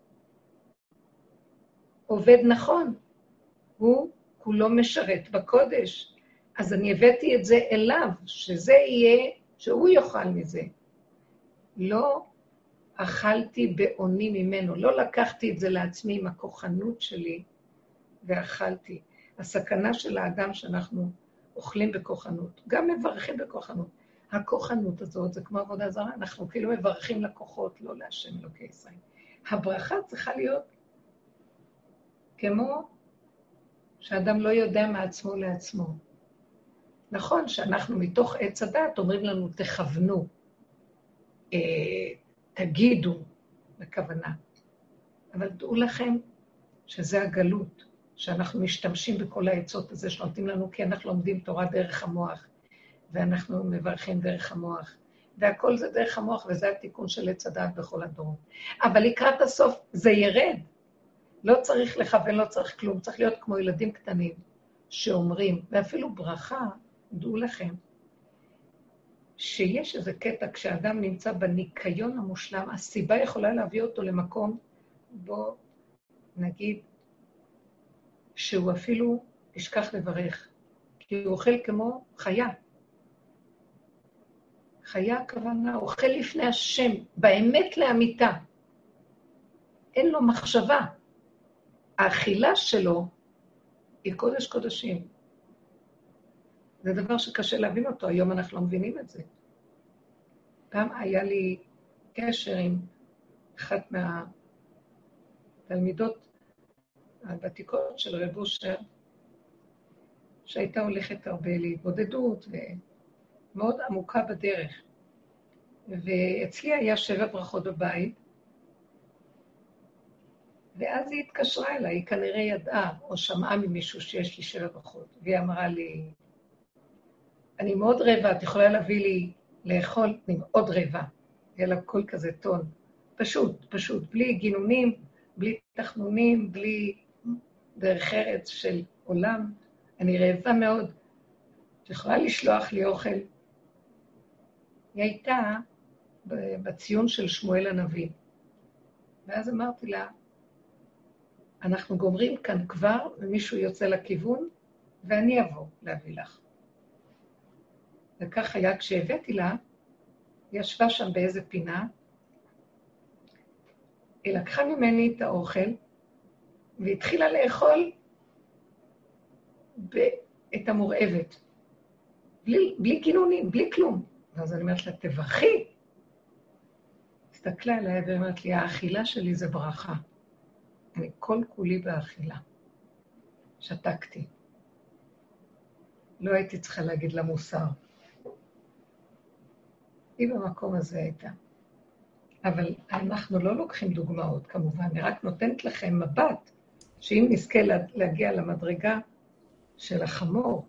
עובד נכון. הוא כולו משרת בקודש. אז אני הבאתי את זה אליו, שזה יהיה, שהוא יאכל מזה. לא אכלתי בעוני ממנו, לא לקחתי את זה לעצמי עם הכוחנות שלי ואכלתי. הסכנה של האדם שאנחנו אוכלים בכוחנות, גם מברכים בכוחנות. הכוחנות הזאת זה כמו עבודה זרה, אנחנו כאילו מברכים לקוחות, לא להשם אלוקי ישראל. הברכה צריכה להיות כמו שאדם לא יודע מעצמו לעצמו. נכון שאנחנו מתוך עץ הדת אומרים לנו תכוונו, אה, תגידו בכוונה. אבל דעו לכם שזה הגלות, שאנחנו משתמשים בכל העצות הזה שנותנים לנו, כי אנחנו לומדים תורה דרך המוח, ואנחנו מברכים דרך המוח, והכל זה דרך המוח, וזה התיקון של עץ הדת בכל הדורות. אבל לקראת הסוף זה ירד. לא צריך לכוון, לא צריך כלום, צריך להיות כמו ילדים קטנים שאומרים, ואפילו ברכה, דעו לכם, שיש איזה קטע, כשאדם נמצא בניקיון המושלם, הסיבה יכולה להביא אותו למקום בו נגיד שהוא אפילו ישכח לברך, כי הוא אוכל כמו חיה. חיה הכוונה, הוא אוכל לפני השם, באמת לאמיתה. אין לו מחשבה. האכילה שלו היא קודש קודשים. זה דבר שקשה להבין אותו, היום אנחנו לא מבינים את זה. פעם היה לי קשר עם אחת מהתלמידות הוותיקות של רב אושר, שהייתה הולכת הרבה להתבודדות ומאוד עמוקה בדרך. ואצלי היה שבע ברכות בבית, ואז היא התקשרה אליי, היא כנראה ידעה, או שמעה ממישהו שיש לי שבע פחות, והיא אמרה לי, אני מאוד רעבה, את יכולה להביא לי לאכול, אני מאוד רעבה, יהיה לה קול כזה טון, פשוט, פשוט, בלי גינונים, בלי תחנונים, בלי דרך ארץ של עולם, אני רעבה מאוד, את יכולה לשלוח לי אוכל. היא הייתה בציון של שמואל הנביא, ואז אמרתי לה, אנחנו גומרים כאן כבר, ומישהו יוצא לכיוון, ואני אבוא להביא לך. וכך היה כשהבאתי לה, היא ישבה שם באיזה פינה, היא לקחה ממני את האוכל, והתחילה לאכול את המורעבת, בלי, בלי גינונים, בלי כלום. ואז אני אומרת לה, תברכי. הסתכלה עליי ואומרת לי, האכילה שלי זה ברכה. אני כל כולי באכילה. שתקתי. לא הייתי צריכה להגיד לה מוסר. היא במקום הזה הייתה. אבל אנחנו לא לוקחים דוגמאות, כמובן. אני רק נותנת לכם מבט, שאם נזכה להגיע למדרגה של החמור,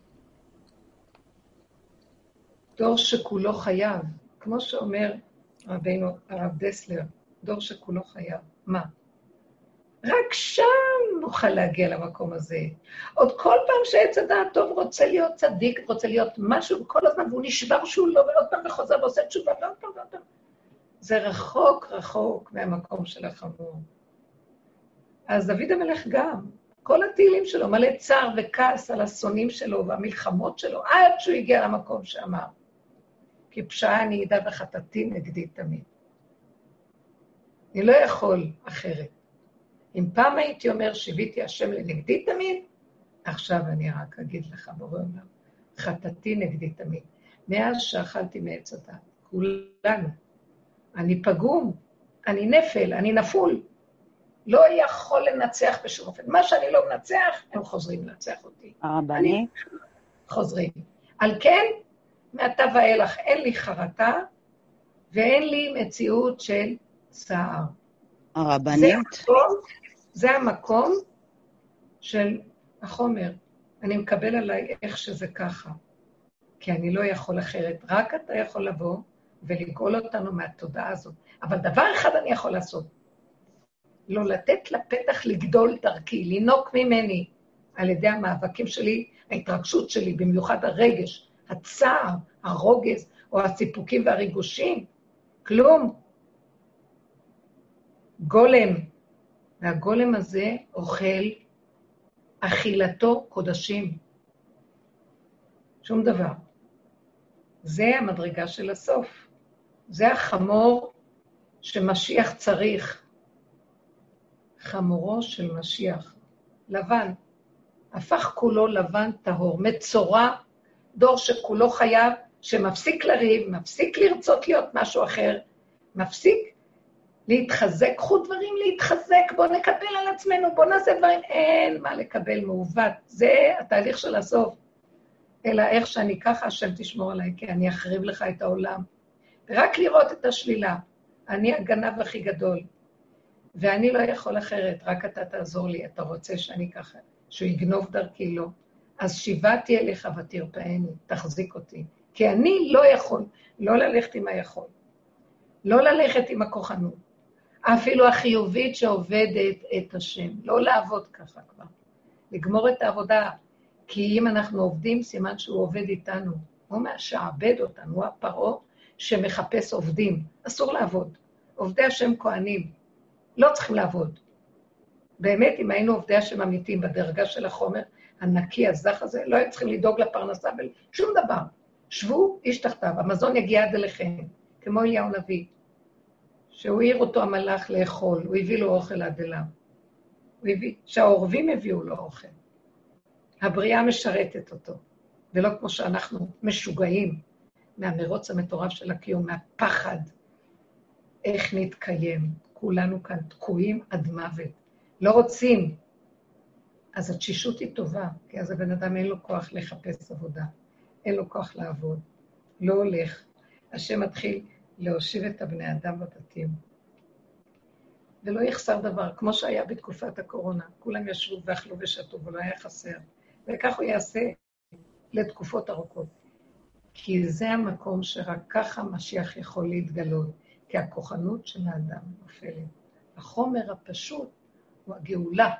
דור שכולו חייב, כמו שאומר רבינו, הרב דסלר, דור שכולו חייב. מה? רק שם נוכל להגיע למקום הזה. עוד כל פעם שעץ הדעת טוב רוצה להיות צדיק, רוצה להיות משהו, כל הזמן, והוא נשבר שהוא לא, ועוד פעם וחוזר ועושה תשובה, ועוד פעם ועוד פעם. זה רחוק, רחוק מהמקום של החמור. אז דוד המלך גם, כל התהילים שלו, מלא צער וכעס על השונאים שלו והמלחמות שלו, עד שהוא הגיע למקום שאמר, כי פשעה אני ידע וחטאתי נגדי תמיד. אני לא יכול אחרת. אם פעם הייתי אומר, שיביתי השם לנגדי תמיד, עכשיו אני רק אגיד לך, בורא עולם, חטאתי נגדי תמיד. מאז שאכלתי מעץ הדת, כולנו, אני פגום, אני נפל, אני נפול, לא יכול לנצח בשום אופן. מה שאני לא מנצח, הם חוזרים לנצח אותי. הרבנית? חוזרים. על כן, מעתה ואילך אין לי חרטה, ואין לי מציאות של צער. הרבנית? זה המקום, זה המקום של החומר. אני מקבל עליי איך שזה ככה. כי אני לא יכול אחרת. רק אתה יכול לבוא ולגאול אותנו מהתודעה הזאת. אבל דבר אחד אני יכול לעשות. לא לתת לפתח לגדול דרכי, לינוק ממני על ידי המאבקים שלי, ההתרגשות שלי, במיוחד הרגש, הצער, הרוגז, או הסיפוקים והריגושים. כלום. גולם. והגולם הזה אוכל אכילתו קודשים. שום דבר. זה המדרגה של הסוף. זה החמור שמשיח צריך. חמורו של משיח. לבן. הפך כולו לבן טהור. מצורע, דור שכולו חייב, שמפסיק לריב, מפסיק לרצות להיות משהו אחר, מפסיק להתחזק, קחו דברים להתחזק, בוא נקבל על עצמנו, בוא נעשה דברים, אין מה לקבל מעוות, זה התהליך של הסוף, אלא איך שאני ככה, השם תשמור עליי, כי אני אחריב לך את העולם, ורק לראות את השלילה, אני הגנב הכי גדול, ואני לא יכול אחרת, רק אתה תעזור לי, אתה רוצה שאני ככה, שהוא יגנוב דרכי לו, אז שיבאתי אליך ותרפאני, תחזיק אותי, כי אני לא יכול, לא ללכת עם היכול, לא ללכת עם הכוחנות, אפילו החיובית שעובדת את השם, לא לעבוד ככה כבר, לגמור את העבודה, כי אם אנחנו עובדים, סימן שהוא עובד איתנו, הוא משעבד אותנו, הוא הפרעה שמחפש עובדים, אסור לעבוד, עובדי השם כהנים, לא צריכים לעבוד. באמת, אם היינו עובדי השם אמיתיים בדרגה של החומר, הנקי, הזך הזה, לא היו צריכים לדאוג לפרנסה ושום דבר. שבו איש תחתיו, המזון יגיע עד אליכם, כמו אליהו נביא, שהוא העיר אותו המלאך לאכול, הוא הביא לו אוכל עד אליו. הוא הביא, שהעורבים הביאו לו אוכל. הבריאה משרתת אותו, ולא כמו שאנחנו משוגעים מהמרוץ המטורף של הקיום, מהפחד, איך נתקיים. כולנו כאן תקועים עד מוות, לא רוצים. אז התשישות היא טובה, כי אז הבן אדם אין לו כוח לחפש עבודה, אין לו כוח לעבוד, לא הולך. השם מתחיל להושיב את הבני אדם בבתים. ולא יחסר דבר, כמו שהיה בתקופת הקורונה. כולם ישבו ואכלו ושתו ולא היה חסר. וכך הוא יעשה לתקופות ארוכות. כי זה המקום שרק ככה משיח יכול להתגלות, כי הכוחנות של האדם נופלת. החומר הפשוט הוא הגאולה.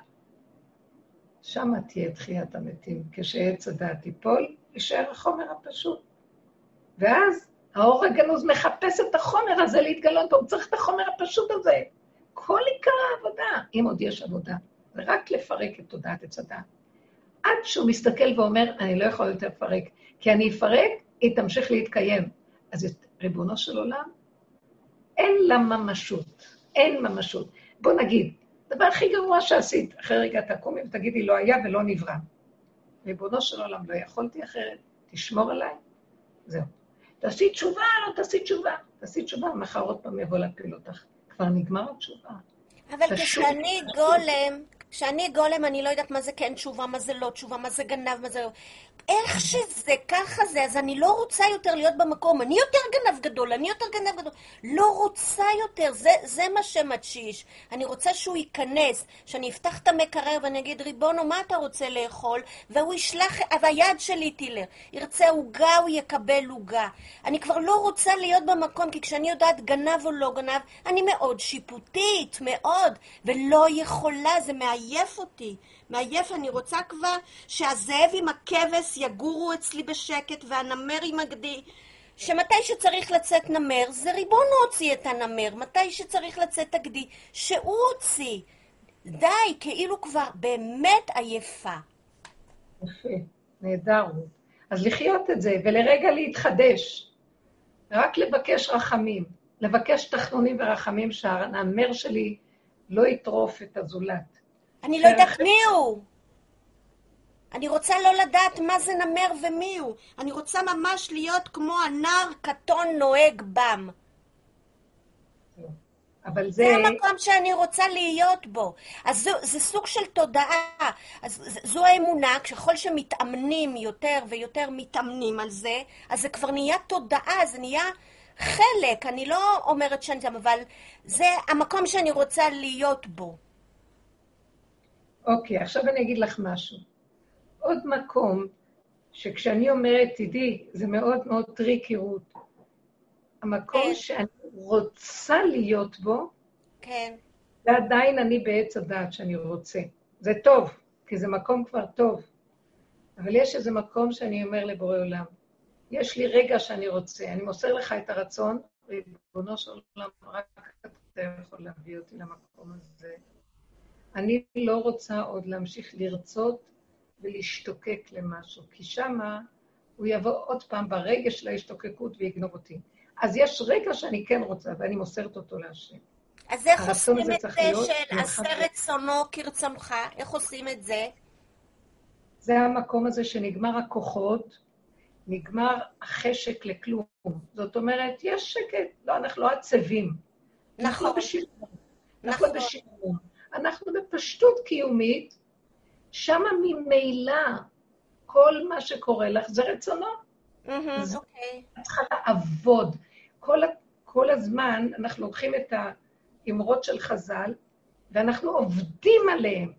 שם תהיה תחיית המתים. כשעץ הדעת ייפול, יישאר החומר הפשוט. ואז האור הגנוז מחפש את החומר הזה להתגלות, הוא צריך את החומר הפשוט הזה. כל עיקר העבודה, אם עוד יש עבודה, זה רק לפרק את תודעת עץ הדעת. עד שהוא מסתכל ואומר, אני לא יכול יותר לפרק, כי אני אפרק, היא תמשיך להתקיים. אז את ריבונו של עולם, אין לה ממשות, אין ממשות. בוא נגיד, דבר הכי גרוע שעשית, אחרי רגע תקומי ותגידי, לא היה ולא נברא. ריבונו של עולם, לא יכולתי אחרת, תשמור עליי, זהו. תעשי תשובה, לא תעשי תשובה. תעשי תשובה, מחר עוד פעם יבוא להפיל אותך. כבר נגמר התשובה. אבל כשאני גולם, כשאני גולם, אני לא יודעת מה זה כן תשובה, מה זה לא תשובה, מה זה גנב, מה זה לא. איך שזה, ככה זה, אז אני לא רוצה יותר להיות במקום. אני יותר גנב גדול, אני יותר גנב גדול. לא רוצה יותר, זה, זה מה שמתשיש. אני רוצה שהוא ייכנס, שאני אפתח את המקרר ואני אגיד, ריבונו, מה אתה רוצה לאכול? והוא ישלח, והיד שלי תילר. ירצה עוגה, הוא יקבל עוגה. אני כבר לא רוצה להיות במקום, כי כשאני יודעת גנב או לא גנב, אני מאוד שיפוטית, מאוד, ולא יכולה, זה מעייף אותי. מעייף, אני רוצה כבר שהזאב עם הכבש יגורו אצלי בשקט, והנמר עם הגדי. שמתי שצריך לצאת נמר, זה ריבון הוציא את הנמר. מתי שצריך לצאת הגדי, שהוא הוציא. די, כאילו כבר באמת עייפה. יפה, נהדר. אז לחיות את זה, ולרגע להתחדש. רק לבקש רחמים. לבקש תחנונים ורחמים שהנמר שלי לא יטרוף את הזולת. אני לא יודעת מי הוא. אני רוצה לא לדעת מה זה נמר ומי הוא. אני רוצה ממש להיות כמו הנער קטון נוהג בם. אבל זה... זה המקום שאני רוצה להיות בו. אז זה, זה סוג של תודעה. אז זו האמונה, ככל שמתאמנים יותר ויותר מתאמנים על זה, אז זה כבר נהיה תודעה, זה נהיה חלק. אני לא אומרת שאני שם, אבל זה המקום שאני רוצה להיות בו. אוקיי, עכשיו אני אגיד לך משהו. עוד מקום שכשאני אומרת, תדעי, זה מאוד מאוד טריקי רות. המקום כן. שאני רוצה להיות בו, כן. ועדיין אני בעץ הדעת שאני רוצה. זה טוב, כי זה מקום כבר טוב. אבל יש איזה מקום שאני אומר לבורא עולם, יש לי רגע שאני רוצה, אני מוסר לך את הרצון, ריבונו של עולם, רק אתה יכול להביא אותי למקום הזה. אני לא רוצה עוד להמשיך לרצות ולהשתוקק למשהו, כי שמה הוא יבוא עוד פעם ברגע של ההשתוקקות ויגנוב אותי. אז יש רגע שאני כן רוצה, ואני מוסרת אותו להשם. אז איך עושים הזה את צריך זה להיות של מרחב- עשה רצונו כרצונך? איך עושים את זה? זה המקום הזה שנגמר הכוחות, נגמר החשק לכלום. זאת אומרת, יש שקט, לא, אנחנו לא עצבים. אנחנו נכון. בשימור. אנחנו נכון. בשימור. אנחנו בפשטות קיומית, שמה ממילא כל מה שקורה לך זה רצונו. מהמם, זה- אוקיי. את צריכה לעבוד. כל, ה- כל הזמן אנחנו לוקחים את האמרות של חז"ל, ואנחנו עובדים עליהם.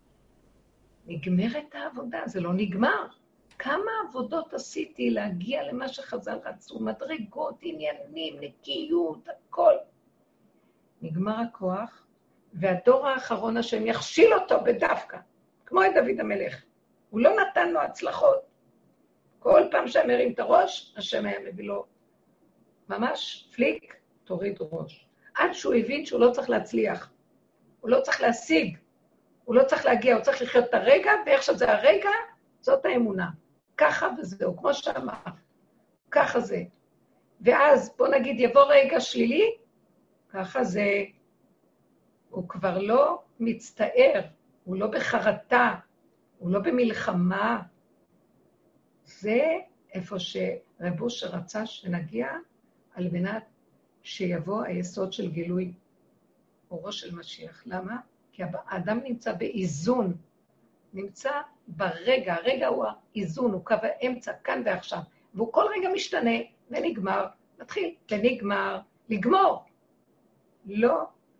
נגמרת העבודה, זה לא נגמר. כמה עבודות עשיתי להגיע למה שחז"ל רצו, מדרגות, עניינים, נקיות, הכל. נגמר הכוח, והדור האחרון השם יכשיל אותו בדווקא, כמו את דוד המלך. הוא לא נתן לו הצלחות. כל פעם שהם הרים את הראש, השם היה מביא לו ממש פליק, תוריד ראש. עד שהוא הבין שהוא לא צריך להצליח, הוא לא צריך להשיג, הוא לא צריך להגיע, הוא צריך לחיות את הרגע, ואיך שזה הרגע, זאת האמונה. ככה וזהו, כמו שאמר, ככה זה. ואז בוא נגיד יבוא רגע שלילי, ככה זה, הוא כבר לא מצטער, הוא לא בחרטה, הוא לא במלחמה. זה איפה שרב אושר רצה שנגיע, על מנת שיבוא היסוד של גילוי אורו של משיח. למה? כי האדם נמצא באיזון, נמצא ברגע, הרגע הוא האיזון, הוא קו האמצע, כאן ועכשיו, והוא כל רגע משתנה ונגמר, מתחיל ונגמר, לגמור. לא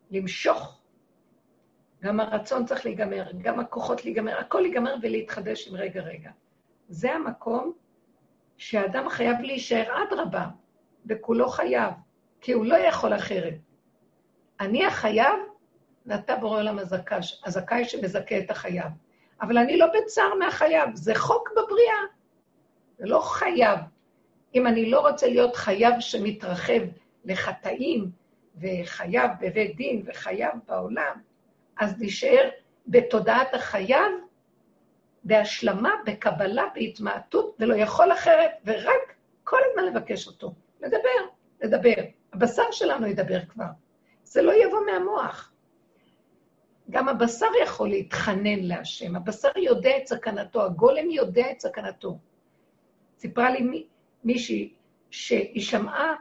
למשוך. גם הרצון צריך להיגמר, גם הכוחות להיגמר, הכל להיגמר ולהתחדש עם רגע רגע. זה המקום שהאדם חייב להישאר עד רבה, וכולו חייב, כי הוא לא יכול אחרת. אני החייב, ואתה בורא עולם הזכאי, הזכאי שמזכה את החייב. אבל אני לא בצער מהחייב, זה חוק בבריאה. זה לא חייב. אם אני לא רוצה להיות חייב שמתרחב לחטאים, וחייב בבית דין, וחייב בעולם, אז נשאר בתודעת החייב, בהשלמה, בקבלה, בהתמעטות, ולא יכול אחרת, ורק כל הזמן לבקש אותו. לדבר, לדבר. הבשר שלנו ידבר כבר. זה לא יבוא מהמוח. גם הבשר יכול להתחנן להשם. הבשר יודע את סכנתו, הגולם יודע את סכנתו. סיפרה לי מישהי שהיא שמעה,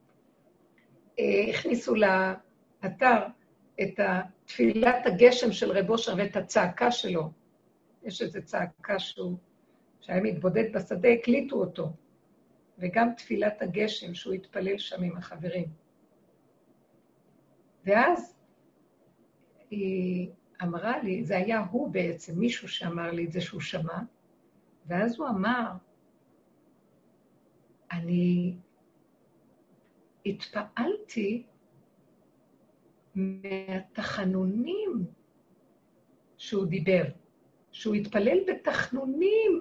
הכניסו לאתר את תפילת הגשם של רב אושר ואת הצעקה שלו. יש איזו צעקה שהוא, שהיה מתבודד בשדה, הקליטו אותו. וגם תפילת הגשם שהוא התפלל שם עם החברים. ואז היא אמרה לי, זה היה הוא בעצם, מישהו שאמר לי את זה שהוא שמע, ואז הוא אמר, אני התפעלתי מהתחנונים שהוא דיבר, שהוא התפלל בתחנונים.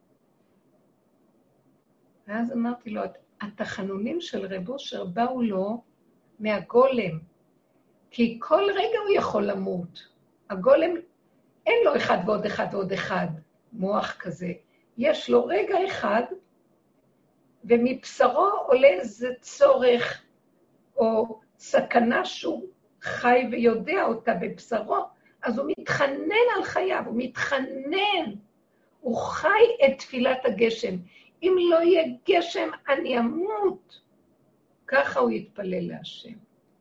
ואז אמרתי לו, התחנונים של רב אושר באו לו מהגולם, כי כל רגע הוא יכול למות. הגולם, אין לו אחד ועוד אחד ועוד אחד, מוח כזה. יש לו רגע אחד, ומבשרו עולה איזה צורך, או סכנה שהוא חי ויודע אותה בבשרו, אז הוא מתחנן על חייו, הוא מתחנן, הוא חי את תפילת הגשם. אם לא יהיה גשם, אני אמות. ככה הוא יתפלל להשם.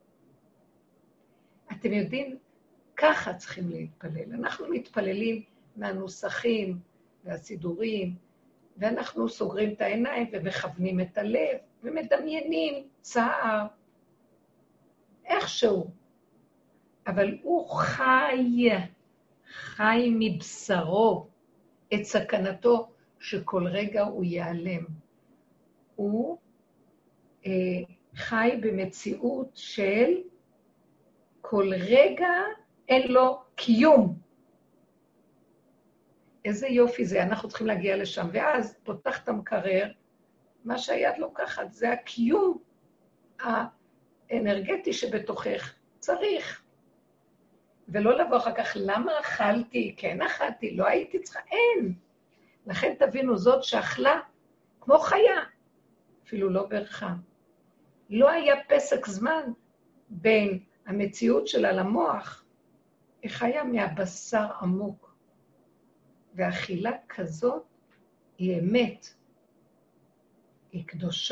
אתם יודעים, ככה צריכים להתפלל. אנחנו מתפללים מהנוסחים והסידורים, ואנחנו סוגרים את העיניים ומכוונים את הלב, ומדמיינים צער, איכשהו. אבל הוא חי, חי מבשרו את סכנתו, שכל רגע הוא ייעלם. הוא אה, חי במציאות של כל רגע אין לו קיום. איזה יופי זה, אנחנו צריכים להגיע לשם. ואז פותח את המקרר, מה שהיד לוקחת, זה הקיום האנרגטי שבתוכך צריך. ולא לבוא אחר כך, למה אכלתי? כן אכלתי, לא הייתי צריכה, אין. לכן תבינו, זאת שאכלה כמו חיה, אפילו לא ברכה. לא היה פסק זמן בין המציאות שלה למוח, היא חיה מהבשר עמוק. והאכילה כזאת היא אמת, היא קדושה.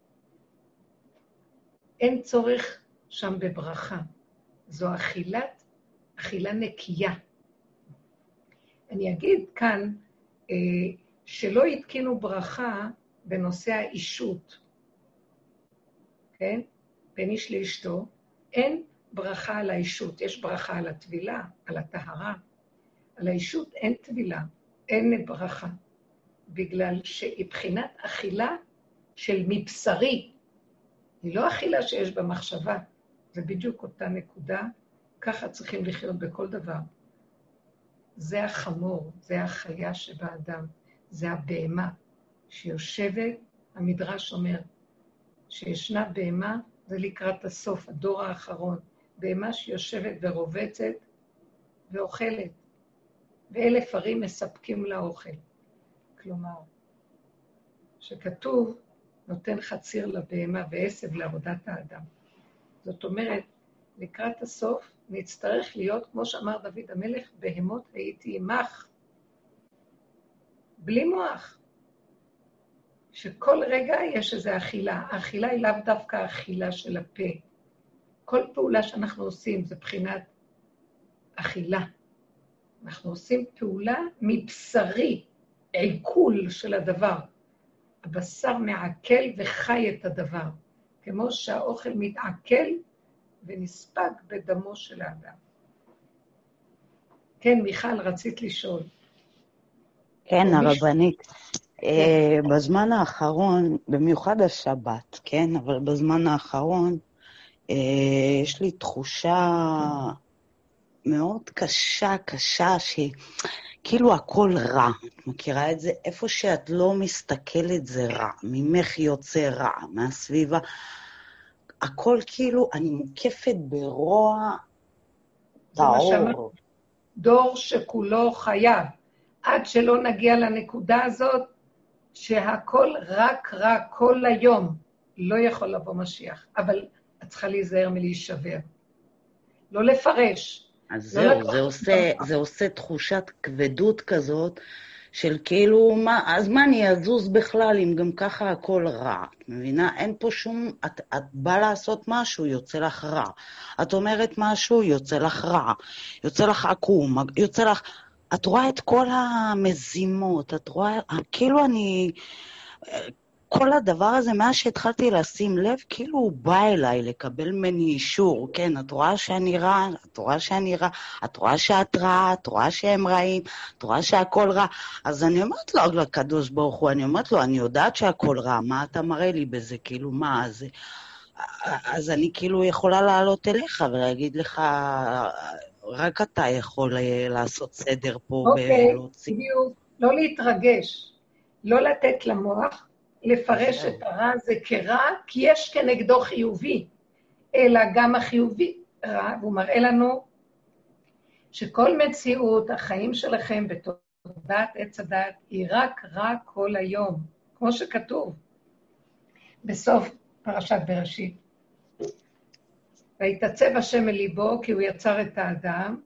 אין צורך שם בברכה. זו אכילת, אכילה נקייה. אני אגיד כאן, שלא יתקינו ברכה בנושא האישות, כן? בין איש לאשתו, אין ברכה על האישות, יש ברכה על הטבילה, על הטהרה. על האישות אין טבילה, אין ברכה, בגלל שהיא בחינת אכילה של מבשרי, היא לא אכילה שיש בה מחשבה, זה בדיוק אותה נקודה, ככה צריכים לחיות בכל דבר. זה החמור, זה החיה שבאדם, זה הבהמה שיושבת, המדרש אומר, שישנה בהמה, זה לקראת הסוף, הדור האחרון, בהמה שיושבת ורובצת ואוכלת, ואלף ערים מספקים לה אוכל. כלומר, שכתוב, נותן חציר לבהמה ועשב לעבודת האדם. זאת אומרת, לקראת הסוף נצטרך להיות, כמו שאמר דוד המלך, בהמות הייתי עמך, בלי מוח. שכל רגע יש איזו אכילה. האכילה היא לאו דווקא האכילה של הפה. כל פעולה שאנחנו עושים זה בחינת אכילה. אנחנו עושים פעולה מבשרי, עיכול של הדבר. הבשר מעכל וחי את הדבר. כמו שהאוכל מתעכל ונספג בדמו של האדם. כן, מיכל, רצית לשאול. כן, הרבנית. Uh, בזמן האחרון, במיוחד השבת, כן, אבל בזמן האחרון, uh, יש לי תחושה מאוד קשה, קשה, שכאילו הכל רע. את מכירה את זה? איפה שאת לא מסתכלת זה רע, ממך יוצא רע, מהסביבה. הכל כאילו, אני מוקפת ברוע טהור. דור שכולו חייב, עד שלא נגיע לנקודה הזאת, שהכל רק רע כל היום, לא יכול לבוא משיח. אבל את צריכה להיזהר מלהישבר. לא לפרש. אז לא זהו, לקוח. זה עושה, זה עושה תחושת כבדות כזאת, של כאילו, מה, אז מה אני אזוז בכלל אם גם ככה הכל רע? את מבינה? אין פה שום, את, את באה לעשות משהו, יוצא לך רע. את אומרת משהו, יוצא לך רע. יוצא לך עקום, יוצא לך... את רואה את כל המזימות, את רואה, כאילו אני... כל הדבר הזה, מאז שהתחלתי לשים לב, כאילו הוא בא אליי לקבל ממני אישור, כן, את רואה שאני רע, את רואה שאני רע, את רואה שאת רעה, את רואה שהם רעים, את רואה שהכל רע, אז אני אומרת לו לקדוש ברוך הוא, אני אומרת לו, אני יודעת שהכל רע, מה אתה מראה לי בזה, כאילו, מה, אז, אז אני כאילו יכולה לעלות אליך ולהגיד לך, רק אתה יכול לעשות סדר פה ולהוציא. אוקיי, לא להתרגש, לא לתת למוח, לפרש את הרע הזה כרע, כי יש כנגדו חיובי, אלא גם החיובי רע, והוא מראה לנו שכל מציאות, החיים שלכם בתודעת עץ הדעת, היא רק רע כל היום, כמו שכתוב בסוף פרשת בראשית. והתעצב השם אל ליבו, כי הוא יצר את האדם,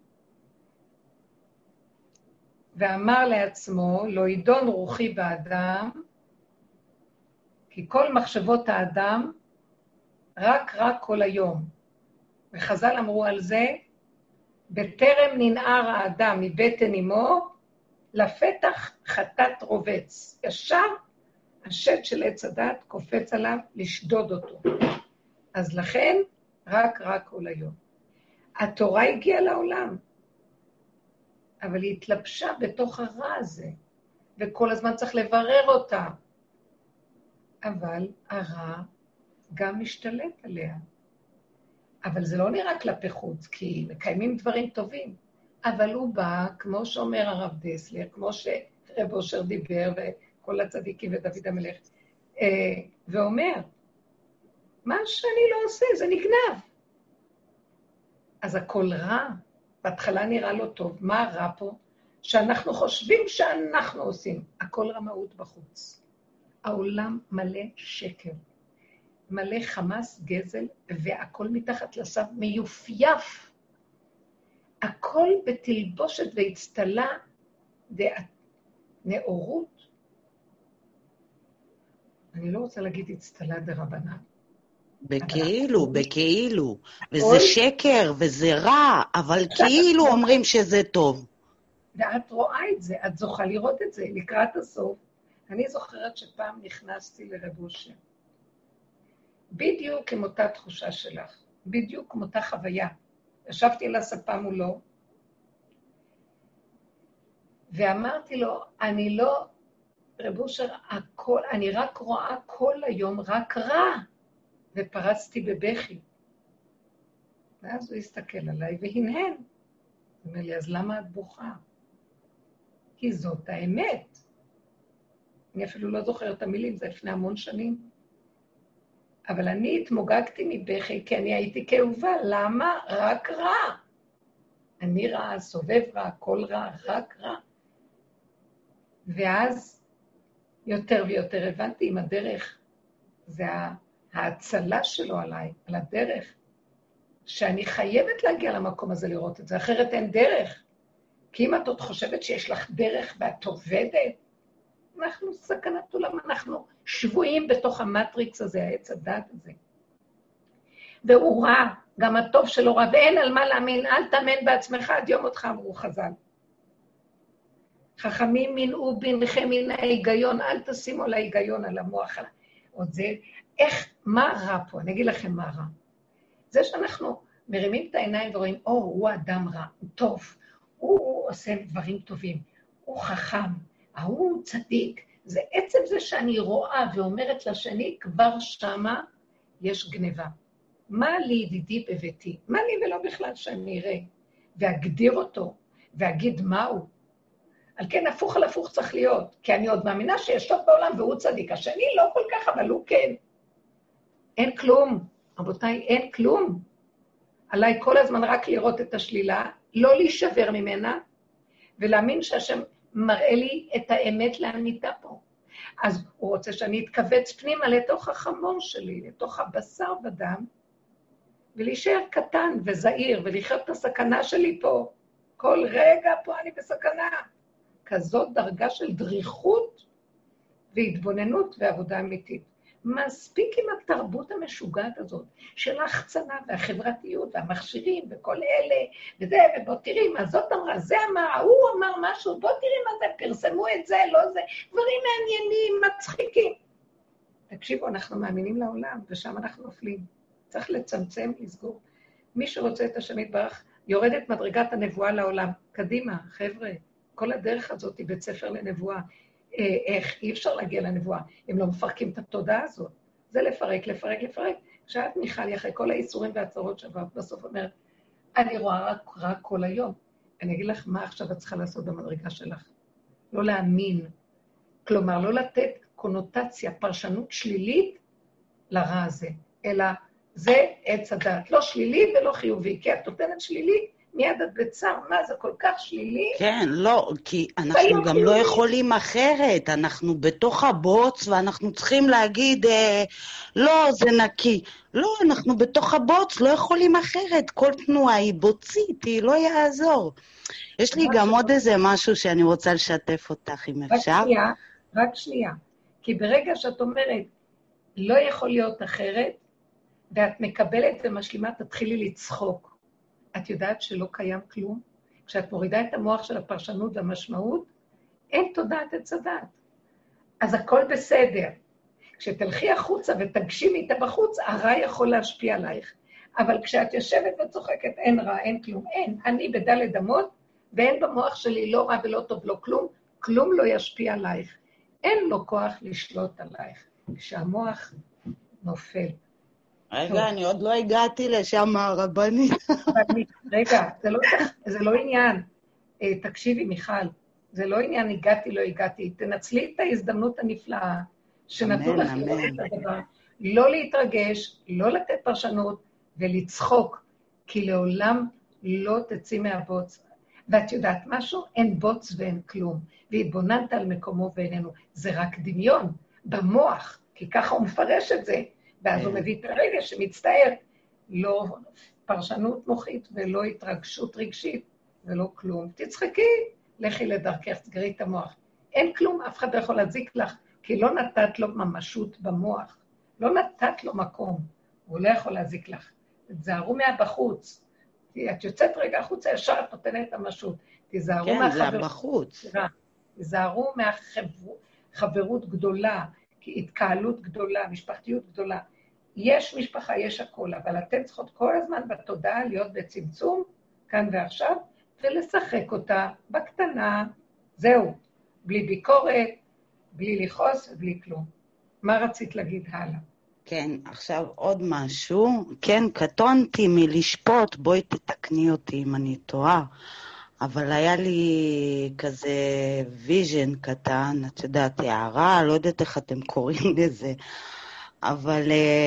ואמר לעצמו, לא ידון רוחי באדם, כי כל מחשבות האדם רק רק כל היום. וחז"ל אמרו על זה, בטרם ננער האדם מבטן אמו, לפתח חטאת רובץ. ישר השד של עץ הדת קופץ עליו לשדוד אותו. אז לכן, רק רק כל היום. התורה הגיעה לעולם, אבל היא התלבשה בתוך הרע הזה, וכל הזמן צריך לברר אותה. אבל הרע גם משתלט עליה. אבל זה לא נראה כלפי חוץ, כי מקיימים דברים טובים. אבל הוא בא, כמו שאומר הרב דסלר, כמו שרב אושר דיבר, וכל הצדיקים ודוד המלך, ואומר, מה שאני לא עושה, זה נגנב. אז הכל רע, בהתחלה נראה לא טוב. מה הרע פה? שאנחנו חושבים שאנחנו עושים. הכל רמאות בחוץ. העולם מלא שקר, מלא חמאס, גזל, והכל מתחת לסף מיופייף. הכל בתלבושת והצטלה נאורות. אני לא רוצה להגיד הצטלה דרבנן. בכאילו, בכאילו. וזה שקר וזה רע, אבל כאילו אומרים שזה טוב. ואת רואה את זה, את זוכה לראות את זה לקראת הסוף. אני זוכרת שפעם נכנסתי לרב אושר. בדיוק עם אותה תחושה שלך, בדיוק עם אותה חוויה. ישבתי על הספה מולו, ואמרתי לו, אני לא, רב אושר, הכל, אני רק רואה כל היום רק רע, ופרצתי בבכי. ואז הוא הסתכל עליי והנהן. הוא אומר לי, אז למה את בוכה? כי זאת האמת. אני אפילו לא זוכרת את המילים, זה לפני המון שנים. אבל אני התמוגגתי מבכי, כי אני הייתי כאובה. למה? רק רע. אני רע, סובב רע, כל רע, רק רע. ואז יותר ויותר הבנתי עם הדרך, זה ההצלה שלו עליי, על הדרך, שאני חייבת להגיע למקום הזה לראות את זה, אחרת אין דרך. כי אם את עוד חושבת שיש לך דרך ואת עובדת, אנחנו סכנת עולם, אנחנו שבויים בתוך המטריקס הזה, העץ הדת הזה. והוא רע, גם הטוב שלו רע, ואין על מה להאמין, אל תאמן בעצמך, עד יום אותך אמרו חז"ל. חכמים מנעו בינכם מן ההיגיון, אל תשימו על ההיגיון, על המוח. עוד זה, איך, מה רע פה? אני אגיד לכם מה רע. זה שאנחנו מרימים את העיניים ורואים, או, הוא אדם רע, הוא טוב, הוא עושה דברים טובים, הוא חכם, הוא צדיק. זה עצם זה שאני רואה ואומרת לשני, כבר שמה יש גניבה. מה לי ידידי בביתי? מה לי ולא בכלל שאני אראה? ואגדיר אותו, ואגיד מהו. על כן הפוך על הפוך צריך להיות, כי אני עוד מאמינה שיש טוב בעולם והוא צדיק. השני לא כל כך, אבל הוא כן. אין כלום, רבותיי, אין כלום. עליי כל הזמן רק לראות את השלילה, לא להישבר ממנה, ולהאמין שהשם מראה לי את האמת לאמיתה פה. אז הוא רוצה שאני אתכווץ פנימה לתוך החמור שלי, לתוך הבשר ודם, ולהישאר קטן וזהיר, ולחיות את הסכנה שלי פה. כל רגע פה אני בסכנה. כזאת דרגה של דריכות והתבוננות ועבודה אמיתית. מספיק עם התרבות המשוגעת הזאת, של ההחצנה והחברתיות והמכשירים וכל אלה, וזה, ובוא תראי מה זאת אמרה, זה אמר, הוא אמר משהו, בוא תראי מה זה, פרסמו את זה, לא זה, דברים מעניינים, מצחיקים. תקשיבו, אנחנו מאמינים לעולם, ושם אנחנו נופלים. צריך לצמצם, לסגור. מי שרוצה את השם יתברך, יורד את מדרגת הנבואה לעולם. קדימה, חבר'ה, כל הדרך הזאת היא בית ספר לנבואה. איך אי אפשר להגיע לנבואה, אם לא מפרקים את התודעה הזאת. זה לפרק, לפרק, לפרק. כשאת מיכל, אחרי כל האיסורים והצרות שעברת, בסוף אומרת, אני רואה רק, רק כל היום. אני אגיד לך מה עכשיו את צריכה לעשות במדרגה שלך. לא להאמין. כלומר, לא לתת קונוטציה, פרשנות שלילית לרע הזה, אלא זה עץ הדעת. לא שלילי ולא חיובי, כי את נותנת שלילי, מיד את בצער, מה זה כל כך שלילי? כן, לא, כי אנחנו גם לא יכולים אחרת, אנחנו בתוך הבוץ ואנחנו צריכים להגיד, אה, לא, זה נקי. לא, אנחנו בתוך הבוץ, לא יכולים אחרת, כל תנועה היא בוצית, היא לא יעזור. יש לי גם עוד איזה משהו שאני רוצה לשתף אותך, אם אפשר. רק שנייה, רק שנייה, כי ברגע שאת אומרת, לא יכול להיות אחרת, ואת מקבלת ומשלימה, תתחילי לצחוק. את יודעת שלא קיים כלום? כשאת מורידה את המוח של הפרשנות והמשמעות, אין תודעת עץ הדעת. אז הכל בסדר. כשתלכי החוצה ותגשימי איתה בחוץ, הרע יכול להשפיע עלייך. אבל כשאת יושבת וצוחקת, אין רע, אין כלום, אין. אני בדלת אמות, ואין במוח שלי לא רע ולא טוב, לא כלום, כלום לא ישפיע עלייך. אין לו כוח לשלוט עלייך. כשהמוח נופל. רגע, אני עוד לא הגעתי לשם הרבנית. רגע, זה לא עניין. תקשיבי, מיכל, זה לא עניין, הגעתי, לא הגעתי. תנצלי את ההזדמנות הנפלאה, שנתנו לך לראות את הדבר. לא להתרגש, לא לתת פרשנות, ולצחוק, כי לעולם לא תצאי מהבוץ. ואת יודעת משהו? אין בוץ ואין כלום. והתבוננת על מקומו ואיננו. זה רק דמיון, במוח, כי ככה הוא מפרש את זה. ואז הוא מביא את הרגע שמצטער, לא פרשנות מוחית ולא התרגשות רגשית ולא כלום. תצחקי, לכי לדרכך, תסגרי את המוח. אין כלום, אף אחד לא יכול להזיק לך, כי לא נתת לו ממשות במוח, לא נתת לו מקום, הוא לא יכול להזיק לך. תזהרו מהבחוץ, את יוצאת רגע החוצה, ישר את נותנת את המשות. תזהרו כן, מהחבר... זה הבחוץ. תזהרו מהחברות גדולה, התקהלות גדולה, משפחתיות גדולה. יש משפחה, יש הכל, אבל אתן צריכות כל הזמן בתודעה להיות בצמצום, כאן ועכשיו, ולשחק אותה בקטנה. זהו, בלי ביקורת, בלי לכעוס ובלי כלום. מה רצית להגיד הלאה? כן, עכשיו עוד משהו. כן, קטונתי מלשפוט, בואי תתקני אותי אם אני טועה. אבל היה לי כזה ויז'ן קטן, את יודעת, הערה, לא יודעת איך אתם קוראים לזה, אבל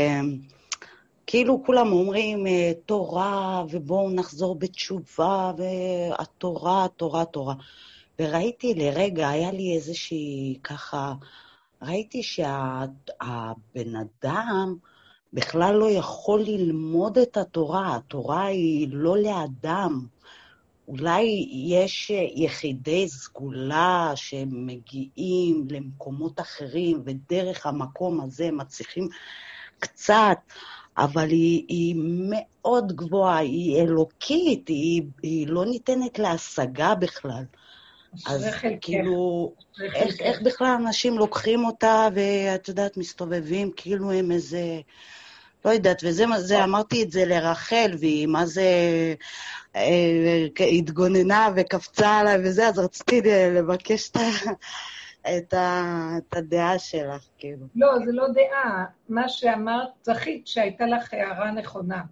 כאילו כולם אומרים תורה, ובואו נחזור בתשובה, והתורה, תורה, תורה. וראיתי לרגע, היה לי איזושהי ככה, ראיתי שהבן אדם בכלל לא יכול ללמוד את התורה, התורה היא לא לאדם, אולי יש יחידי סגולה שמגיעים למקומות אחרים, ודרך המקום הזה מצליחים קצת, אבל היא, היא מאוד גבוהה, היא אלוקית, היא, היא לא ניתנת להשגה בכלל. אז כאילו, איך, איך בכלל אנשים לוקחים אותה, ואת יודעת, מסתובבים, כאילו הם איזה, לא יודעת, וזה זה, אמרתי את זה לרחל, והיא מה זה אה, התגוננה וקפצה עליי וזה, אז רציתי לבקש את, את, ה, את הדעה שלך, כאילו. לא, זה לא דעה. מה שאמרת, זכית שהייתה לך הערה נכונה.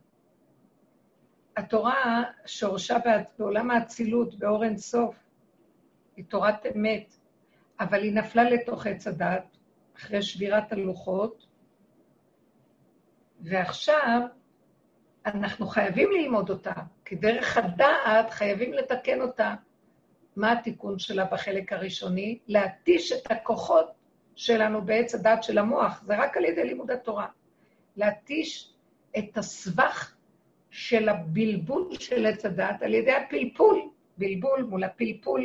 התורה שורשה בעולם האצילות, באור אין סוף, היא תורת אמת, אבל היא נפלה לתוך עץ הדת, אחרי שבירת הלוחות, ועכשיו אנחנו חייבים ללמוד אותה, כי דרך הדעת חייבים לתקן אותה. מה התיקון שלה בחלק הראשוני? להתיש את הכוחות שלנו בעץ הדת של המוח, זה רק על ידי לימוד התורה. להתיש את הסבך של הבלבול של עץ הדת, על ידי הפלפול, בלבול מול הפלפול,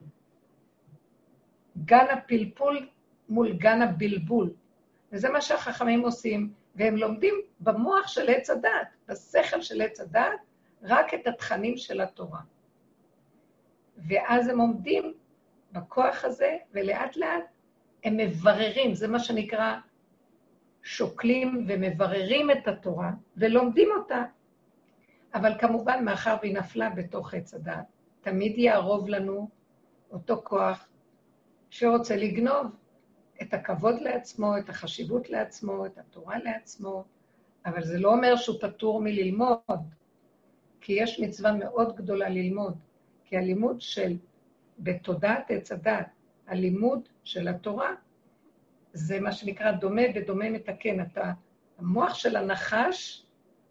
גן הפלפול מול גן הבלבול. וזה מה שהחכמים עושים, והם לומדים במוח של עץ הדת, בשכל של עץ הדת, רק את התכנים של התורה. ואז הם עומדים בכוח הזה, ולאט לאט הם מבררים, זה מה שנקרא שוקלים ומבררים את התורה, ולומדים אותה. אבל כמובן, מאחר והיא נפלה בתוך עץ הדת, תמיד יערוב לנו אותו כוח שרוצה לגנוב את הכבוד לעצמו, את החשיבות לעצמו, את התורה לעצמו, אבל זה לא אומר שהוא פטור מללמוד, כי יש מצווה מאוד גדולה ללמוד, כי הלימוד של, בתודעת עץ הדת, הלימוד של התורה, זה מה שנקרא דומה ודומה מתקן. אתה, המוח של הנחש,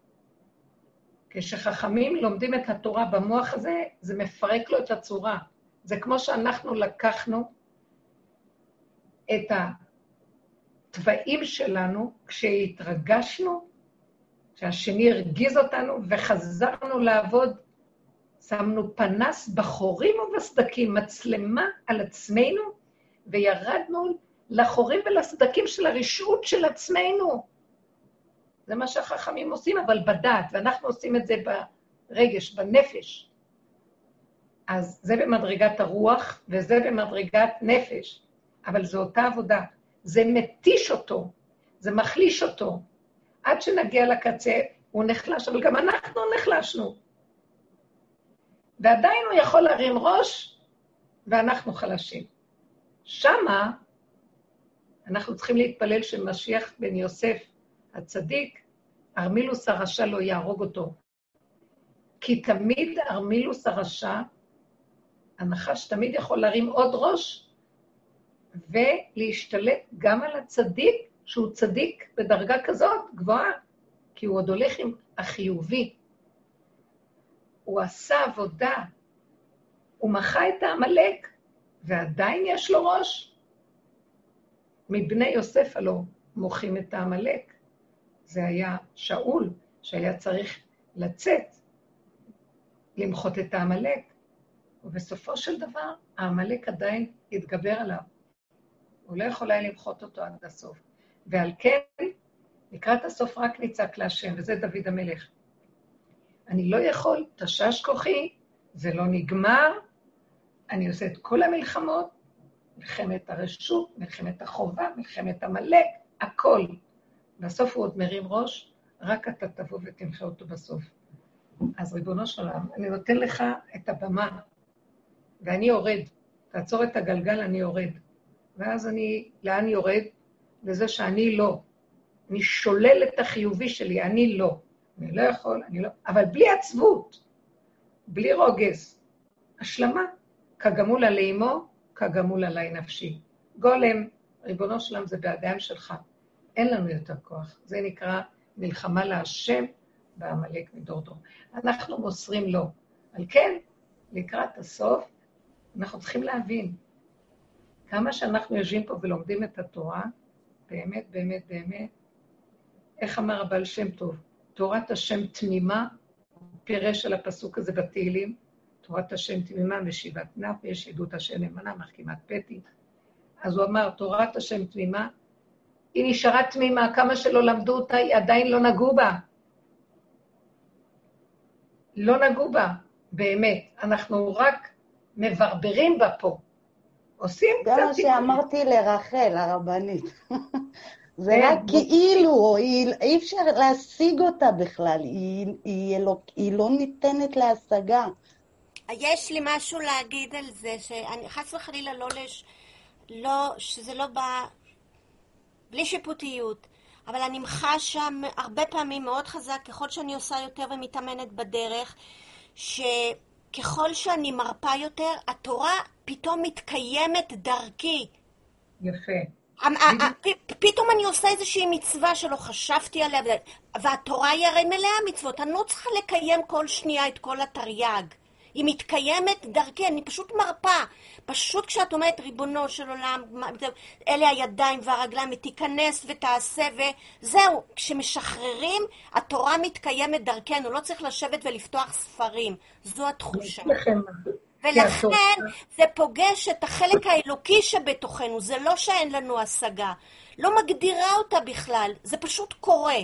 כשחכמים לומדים את התורה במוח הזה, זה מפרק לו את הצורה. זה כמו שאנחנו לקחנו את הטבעים שלנו, כשהתרגשנו, שהשני הרגיז אותנו וחזרנו לעבוד, שמנו פנס בחורים ובסדקים, מצלמה על עצמנו, וירדנו לחורים ולסדקים של הרשעות של עצמנו. זה מה שהחכמים עושים, אבל בדעת, ואנחנו עושים את זה ברגש, בנפש. אז זה במדרגת הרוח, וזה במדרגת נפש. אבל זו אותה עבודה. זה מתיש אותו, זה מחליש אותו. עד שנגיע לקצה, הוא נחלש, אבל גם אנחנו נחלשנו. ועדיין הוא יכול להרים ראש, ואנחנו חלשים. שמה, אנחנו צריכים להתפלל שמשיח בן יוסף הצדיק, ארמילוס הרשע לא יהרוג אותו. כי תמיד ארמילוס הרשע, הנחש תמיד יכול להרים עוד ראש, ולהשתלט גם על הצדיק, שהוא צדיק בדרגה כזאת גבוהה, כי הוא עוד הולך עם החיובי. הוא עשה עבודה, הוא מחה את העמלק, ועדיין יש לו ראש. מבני יוסף הלא מוחים את העמלק. זה היה שאול, שהיה צריך לצאת, למחות את העמלק, ובסופו של דבר, העמלק עדיין התגבר עליו. הוא לא יכול היה למחות אותו עד הסוף. ועל כן, לקראת הסוף רק ניצק להשם, וזה דוד המלך. אני לא יכול, תשש כוחי, זה לא נגמר, אני עושה את כל המלחמות, מלחמת הרשות, מלחמת החובה, מלחמת המלך, הכל. בסוף הוא עוד מרים ראש, רק אתה תבוא ותמחה אותו בסוף. אז ריבונו של עולם, אני נותן לך את הבמה, ואני יורד, תעצור את הגלגל, אני יורד. ואז אני, לאן יורד? לזה שאני לא. אני שולל את החיובי שלי, אני לא. אני לא יכול, אני לא... אבל בלי עצבות, בלי רוגז. השלמה, כגמול עלי אמו, כגמול עלי נפשי. גולם, ריבונו שלם, זה בידיים שלך. אין לנו יותר כוח. זה נקרא מלחמה להשם בעמלק מדור דור. אנחנו מוסרים לו. על כן, לקראת הסוף, אנחנו צריכים להבין כמה שאנחנו יושבים פה ולומדים את התורה, באמת, באמת, באמת, איך אמר הבעל שם טוב? תורת השם תמימה, פירש על הפסוק הזה בתהילים, תורת השם תמימה משיבת נף, ויש עדות השם נאמנה, מחכימת פתי. אז הוא אמר, תורת השם תמימה, היא נשארה תמימה, כמה שלא למדו אותה, היא עדיין לא נגעו בה. לא נגעו בה, באמת. אנחנו רק מברברים בה פה. עושים קצת... זה מה שאמרתי לרחל, הרבנית. זה רק כאילו, אי אפשר להשיג אותה בכלל, היא, היא, לא, היא לא ניתנת להשגה. יש לי משהו להגיד על זה, שאני חס וחלילה לא לש... לא, שזה לא בא... בלי שיפוטיות. אבל אני מחשה הרבה פעמים מאוד חזק, ככל שאני עושה יותר ומתאמנת בדרך, שככל שאני מרפה יותר, התורה פתאום מתקיימת דרכי. יפה. פתאום אני עושה איזושהי מצווה שלא חשבתי עליה, והתורה היא הרי מלאה מצוות, אני לא צריכה לקיים כל שנייה את כל התרי"ג. היא מתקיימת דרכי, אני פשוט מרפה. פשוט כשאת אומרת, ריבונו של עולם, אלה הידיים והרגליים, תיכנס ותעשה, וזהו, כשמשחררים, התורה מתקיימת דרכנו, לא צריך לשבת ולפתוח ספרים. זו התחושה. ולכן זה פוגש את החלק האלוקי שבתוכנו, זה לא שאין לנו השגה. לא מגדירה אותה בכלל, זה פשוט קורה.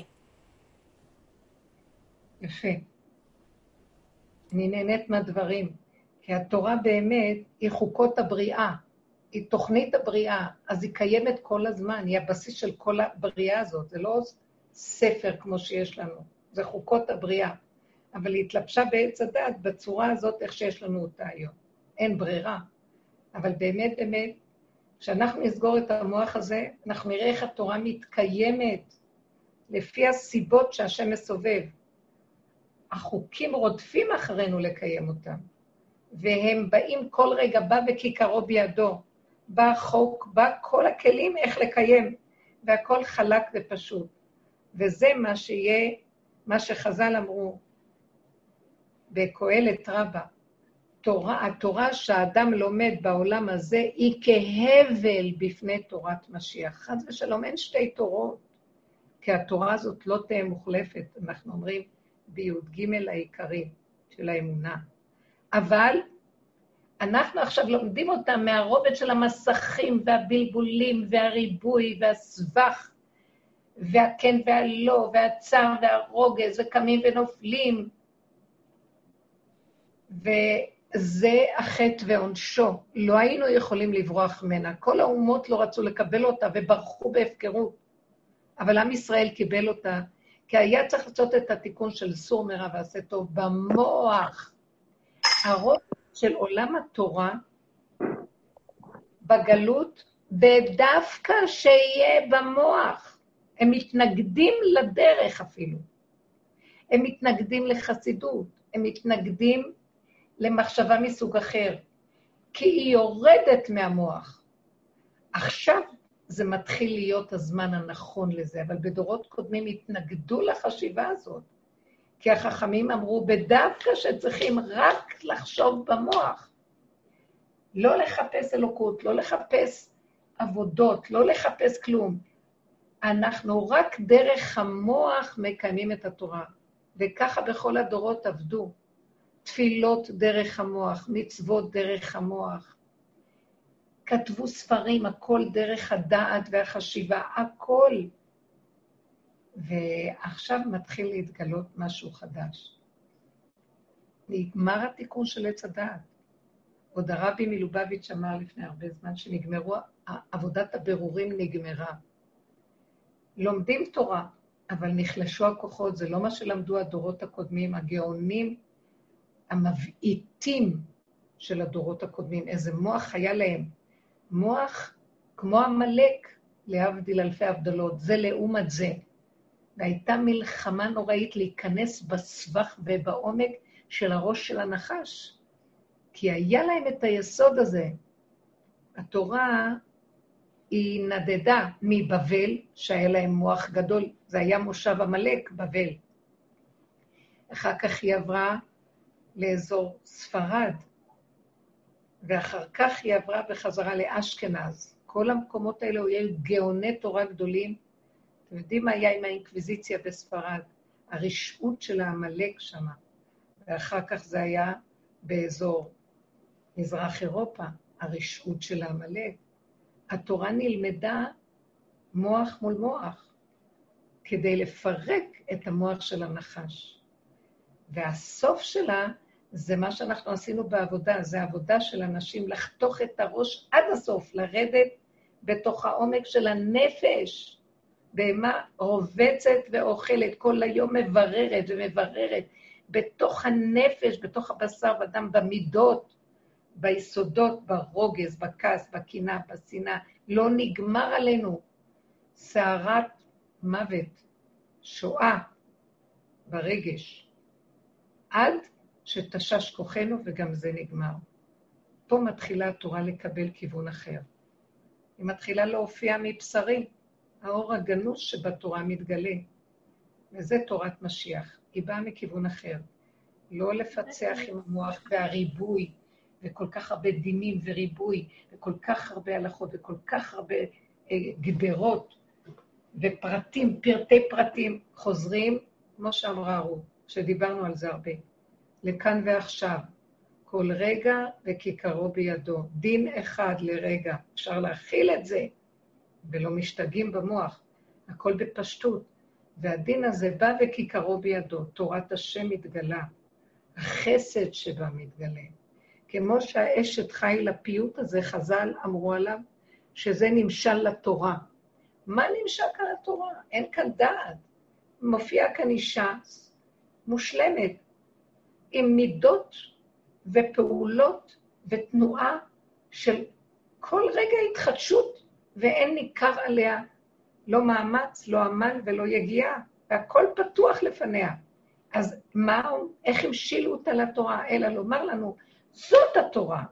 יפה. אני נהנית מהדברים, כי התורה באמת היא חוקות הבריאה, היא תוכנית הבריאה, אז היא קיימת כל הזמן, היא הבסיס של כל הבריאה הזאת, זה לא ספר כמו שיש לנו, זה חוקות הבריאה, אבל היא התלבשה בעץ הדת בצורה הזאת איך שיש לנו אותה היום, אין ברירה, אבל באמת באמת, כשאנחנו נסגור את המוח הזה, אנחנו נראה איך התורה מתקיימת, לפי הסיבות שהשם מסובב, החוקים רודפים אחרינו לקיים אותם, והם באים כל רגע, בא וכיכרו בידו, בא חוק, בא כל הכלים איך לקיים, והכל חלק ופשוט. וזה מה שיהיה, מה שחז"ל אמרו, בקהלת רבה, תורה, התורה שהאדם לומד בעולם הזה, היא כהבל בפני תורת משיח. חס ושלום, אין שתי תורות, כי התורה הזאת לא תהיה מוחלפת, אנחנו אומרים, ביוד ג' העיקרי של האמונה. אבל אנחנו עכשיו לומדים אותם מהרובד של המסכים והבלבולים והריבוי והסבך והכן והלא והצער והרוגז וקמים ונופלים. וזה החטא ועונשו. לא היינו יכולים לברוח ממנה. כל האומות לא רצו לקבל אותה וברחו בהפקרות. אבל עם ישראל קיבל אותה. כי היה צריך לעשות את התיקון של סור מרע ועשה טוב במוח. הרוב של עולם התורה בגלות, בדווקא שיהיה במוח. הם מתנגדים לדרך אפילו. הם מתנגדים לחסידות, הם מתנגדים למחשבה מסוג אחר, כי היא יורדת מהמוח. עכשיו, זה מתחיל להיות הזמן הנכון לזה, אבל בדורות קודמים התנגדו לחשיבה הזאת, כי החכמים אמרו בדווקא שצריכים רק לחשוב במוח, לא לחפש אלוקות, לא לחפש עבודות, לא לחפש כלום. אנחנו רק דרך המוח מקיימים את התורה, וככה בכל הדורות עבדו. תפילות דרך המוח, מצוות דרך המוח, כתבו ספרים, הכל דרך הדעת והחשיבה, הכל. ועכשיו מתחיל להתגלות משהו חדש. נגמר התיקון של עץ הדעת. עוד הרבי מלובביץ' אמר לפני הרבה זמן שנגמרו, עבודת הבירורים נגמרה. לומדים תורה, אבל נחלשו הכוחות, זה לא מה שלמדו הדורות הקודמים, הגאונים המבעיטים של הדורות הקודמים, איזה מוח היה להם. מוח כמו המלאק, להבדיל אלפי הבדלות, זה לעומת זה. והייתה מלחמה נוראית להיכנס בסבך ובעומק של הראש של הנחש. כי היה להם את היסוד הזה. התורה היא נדדה מבבל, שהיה להם מוח גדול, זה היה מושב המלאק, בבל. אחר כך היא עברה לאזור ספרד, ואחר כך היא עברה בחזרה לאשכנז. כל המקומות האלה היו גאוני תורה גדולים. אתם יודעים מה היה עם האינקוויזיציה בספרד? הרשעות של המלאק שם. ואחר כך זה היה באזור מזרח אירופה, הרשעות של המלאק. התורה נלמדה מוח מול מוח, כדי לפרק את המוח של הנחש. והסוף שלה, זה מה שאנחנו עשינו בעבודה, זה העבודה של אנשים לחתוך את הראש עד הסוף, לרדת בתוך העומק של הנפש, בהמה רובצת ואוכלת, כל היום מבררת ומבררת, בתוך הנפש, בתוך הבשר ודם, במידות, ביסודות, ברוגז, בכעס, בקינה, בשנאה, לא נגמר עלינו. סערת מוות, שואה, ברגש, עד שתשש כוחנו וגם זה נגמר. פה מתחילה התורה לקבל כיוון אחר. היא מתחילה להופיע מבשרי, האור הגנוז שבתורה מתגלה. וזה תורת משיח. היא באה מכיוון אחר. לא לפצח עם המוח והריבוי, וכל כך הרבה דינים וריבוי, וכל כך הרבה הלכות, וכל כך הרבה אה, גדרות, ופרטים, פרטי פרטים חוזרים, כמו שאמרה רו, שדיברנו על זה הרבה. לכאן ועכשיו, כל רגע וכיכרו בידו. דין אחד לרגע, אפשר להכיל את זה, ולא משתגעים במוח, הכל בפשטות. והדין הזה בא וכיכרו בידו, תורת השם מתגלה, החסד שבה מתגלה. כמו שהאשת חי לפיוט הזה, חז"ל אמרו עליו, שזה נמשל לתורה. מה נמשל כאן לתורה? אין כאן דעת. מופיעה כאן אישה מושלמת, עם מידות ופעולות ותנועה של כל רגע התחדשות, ואין ניכר עליה לא מאמץ, לא עמל ולא יגיעה, והכל פתוח לפניה. אז מה, איך המשילו אותה לתורה? אלא לומר לנו, זאת התורה.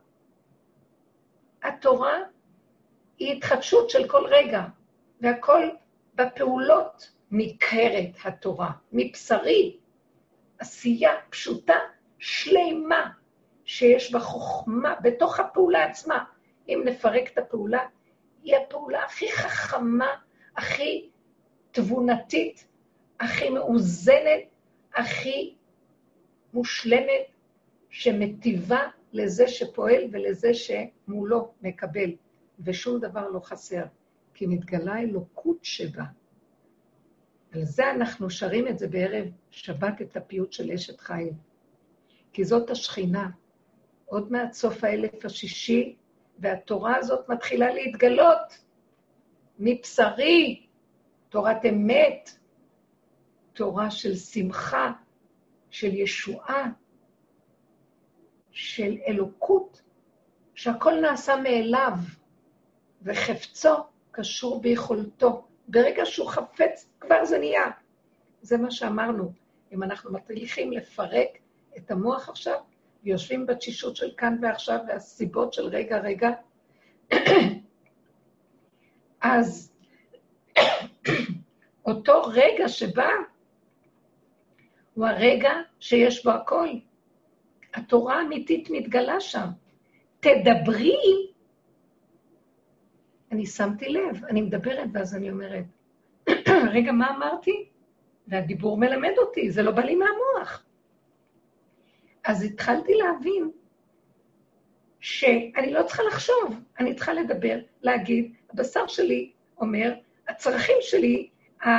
התורה היא התחדשות של כל רגע, והכל בפעולות ניכרת התורה, מבשרי, עשייה פשוטה, שלמה, שיש בה חוכמה, בתוך הפעולה עצמה. אם נפרק את הפעולה, היא הפעולה הכי חכמה, הכי תבונתית, הכי מאוזנת, הכי מושלמת, שמטיבה לזה שפועל ולזה שמולו מקבל, ושום דבר לא חסר, כי מתגלה אלוקות שבה. על זה אנחנו שרים את זה בערב שבת, את הפיוט של אשת חיל. כי זאת השכינה, עוד מעט סוף האלף השישי, והתורה הזאת מתחילה להתגלות, מבשרי, תורת אמת, תורה של שמחה, של ישועה, של אלוקות, שהכל נעשה מאליו, וחפצו קשור ביכולתו. ברגע שהוא חפץ, כבר זה נהיה. זה מה שאמרנו. אם אנחנו מתחילים לפרק את המוח עכשיו, ויושבים בתשישות של כאן ועכשיו, והסיבות של רגע רגע, אז אותו רגע שבא, הוא הרגע שיש בו הכל. התורה האמיתית מתגלה שם. תדברי, אני שמתי לב, אני מדברת ואז אני אומרת, רגע, מה אמרתי? והדיבור מלמד אותי, זה לא בא לי מהמוח. אז התחלתי להבין שאני לא צריכה לחשוב, אני צריכה לדבר, להגיד, הבשר שלי אומר, הצרכים שלי,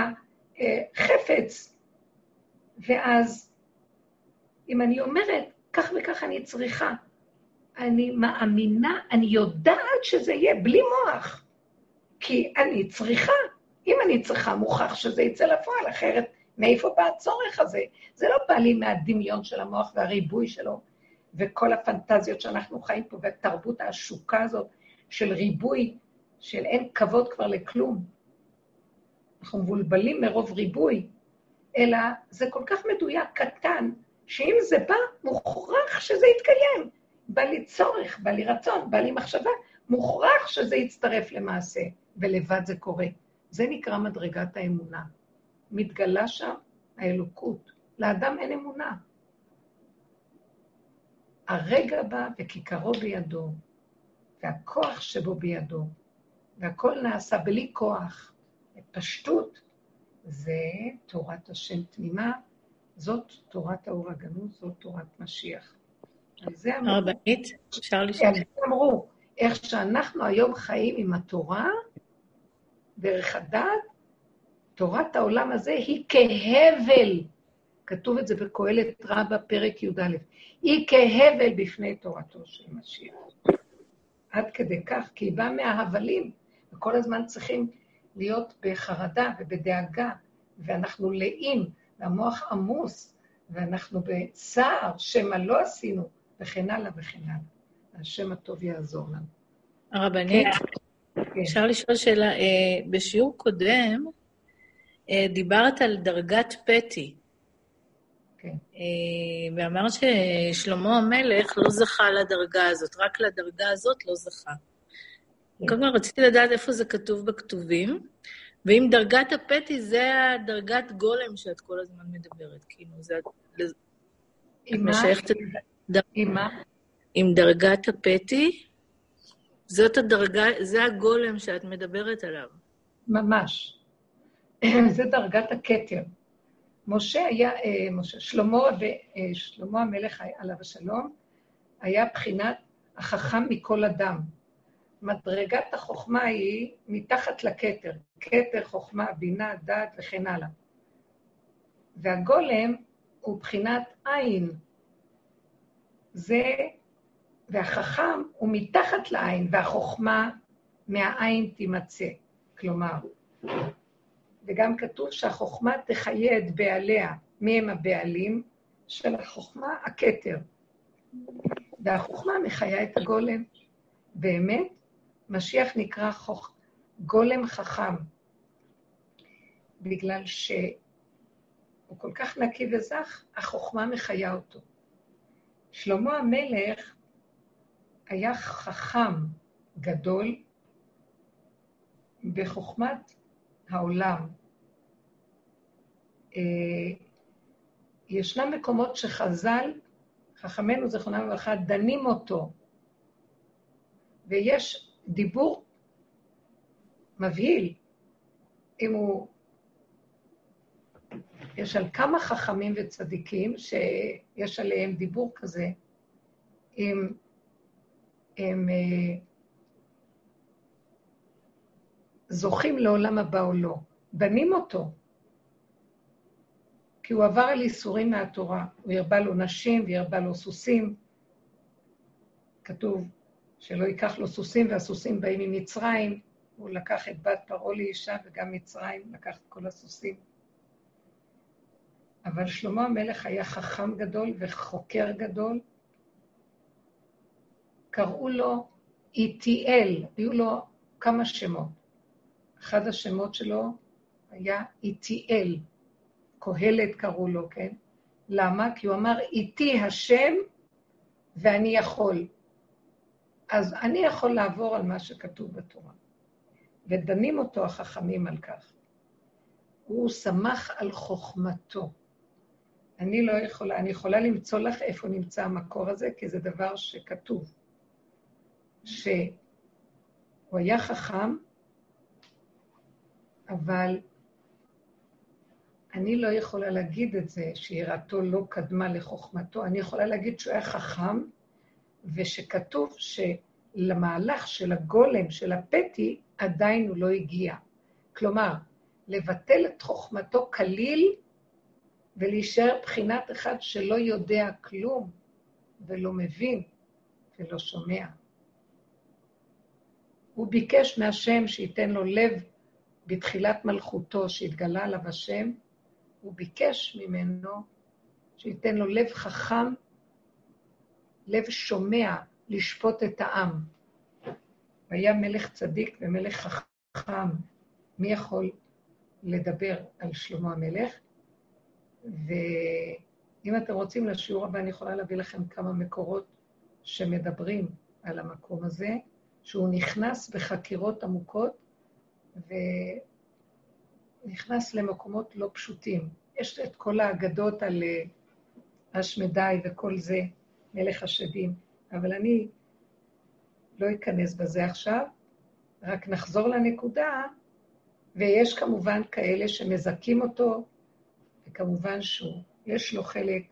החפץ, ואז אם אני אומרת, כך וכך אני צריכה, אני מאמינה, אני יודעת שזה יהיה בלי מוח, כי אני צריכה, אם אני צריכה מוכח שזה יצא לפועל, אחרת מאיפה בא הצורך הזה? זה לא בא לי מהדמיון של המוח והריבוי שלו, וכל הפנטזיות שאנחנו חיים פה, והתרבות העשוקה הזאת של ריבוי, של אין כבוד כבר לכלום. אנחנו מבולבלים מרוב ריבוי, אלא זה כל כך מדויק, קטן, שאם זה בא, מוכרח שזה יתקיים. בא לי צורך, בא לי רצון, בא לי מחשבה, מוכרח שזה יצטרף למעשה, ולבד זה קורה. זה נקרא מדרגת האמונה. מתגלה שם האלוקות. לאדם אין אמונה. הרגע בא וכיכרו בידו, והכוח שבו בידו, והכל נעשה בלי כוח, פשטות, זה תורת השם תמימה, זאת תורת האור הגנוז, זאת תורת משיח. זה אמרו, הרבנית, אפשר לשאול. אמרו, איך שאנחנו היום חיים עם התורה, דרך הדעת, תורת העולם הזה היא כהבל, כתוב את זה בקהלת רבה פרק י"א, היא כהבל בפני תורתו של משיח. עד כדי כך, כי היא באה מההבלים, וכל הזמן צריכים להיות בחרדה ובדאגה, ואנחנו לאים, והמוח עמוס, ואנחנו בצער, שמה לא עשינו, וכן הלאה וכן הלאה. השם הטוב יעזור לנו. הרבנית, כן. אפשר לשאול שאלה, בשיעור קודם, דיברת על דרגת פטי, כן. ואמרת ששלמה המלך לא זכה לדרגה הזאת, רק לדרגה הזאת לא זכה. כלומר, רציתי לדעת איפה זה כתוב בכתובים, ואם דרגת הפטי זה הדרגת גולם שאת כל הזמן מדברת, כאילו זה... עם מה? עם מה? עם דרגת הפטי, זאת הדרגה, זה הגולם שאת מדברת עליו. ממש. זה דרגת הכתר. משה היה, משה, שלמה, שלמה המלך עליו השלום, היה בחינת החכם מכל אדם. מדרגת החוכמה היא מתחת לכתר, כתר, חוכמה, בינה, דעת וכן הלאה. והגולם הוא בחינת עין. זה, והחכם הוא מתחת לעין, והחוכמה מהעין תימצא. כלומר, וגם כתוב שהחוכמה תחיה את בעליה. מי הם הבעלים? של החוכמה, הכתר. והחוכמה מחיה את הגולם. באמת, משיח נקרא חוכ... גולם חכם, בגלל שהוא כל כך נקי וזך, החוכמה מחיה אותו. שלמה המלך היה חכם גדול בחוכמת העולם. ישנם מקומות שחז"ל, חכמינו זיכרונם לברכה, דנים אותו, ויש דיבור מבהיל, אם הוא, יש על כמה חכמים וצדיקים שיש עליהם דיבור כזה, אם הם זוכים לעולם הבא או לא, דנים אותו, כי הוא עבר על איסורים מהתורה, הוא ירבה לו נשים וירבה לו סוסים, כתוב, שלא ייקח לו סוסים, והסוסים באים ממצרים, הוא לקח את בת פרעה לאישה, וגם מצרים לקח את כל הסוסים. אבל שלמה המלך היה חכם גדול וחוקר גדול, קראו לו איתיאל, היו לו כמה שמות. אחד השמות שלו היה איתיאל, קהלת קראו לו, כן? למה? כי הוא אמר, איתי השם ואני יכול. אז אני יכול לעבור על מה שכתוב בתורה. ודנים אותו החכמים על כך. הוא שמח על חוכמתו. אני לא יכולה, אני יכולה למצוא לך איפה נמצא המקור הזה, כי זה דבר שכתוב. שהוא היה חכם, אבל אני לא יכולה להגיד את זה, שיראתו לא קדמה לחוכמתו. אני יכולה להגיד שהוא היה חכם, ושכתוב שלמהלך של הגולם, של הפטי, עדיין הוא לא הגיע. כלומר, לבטל את חוכמתו כליל, ולהישאר בחינת אחד שלא יודע כלום, ולא מבין, ולא שומע. הוא ביקש מהשם שייתן לו לב בתחילת מלכותו, שהתגלה עליו השם, הוא ביקש ממנו שייתן לו לב חכם, לב שומע, לשפוט את העם. והיה מלך צדיק ומלך חכם. מי יכול לדבר על שלמה המלך? ואם אתם רוצים לשיעור הבא, אני יכולה להביא לכם כמה מקורות שמדברים על המקום הזה, שהוא נכנס בחקירות עמוקות, ונכנס למקומות לא פשוטים. יש את כל האגדות על השמדי וכל זה, מלך השדים, אבל אני לא אכנס בזה עכשיו, רק נחזור לנקודה, ויש כמובן כאלה שמזכים אותו, וכמובן שהוא, יש לו חלק,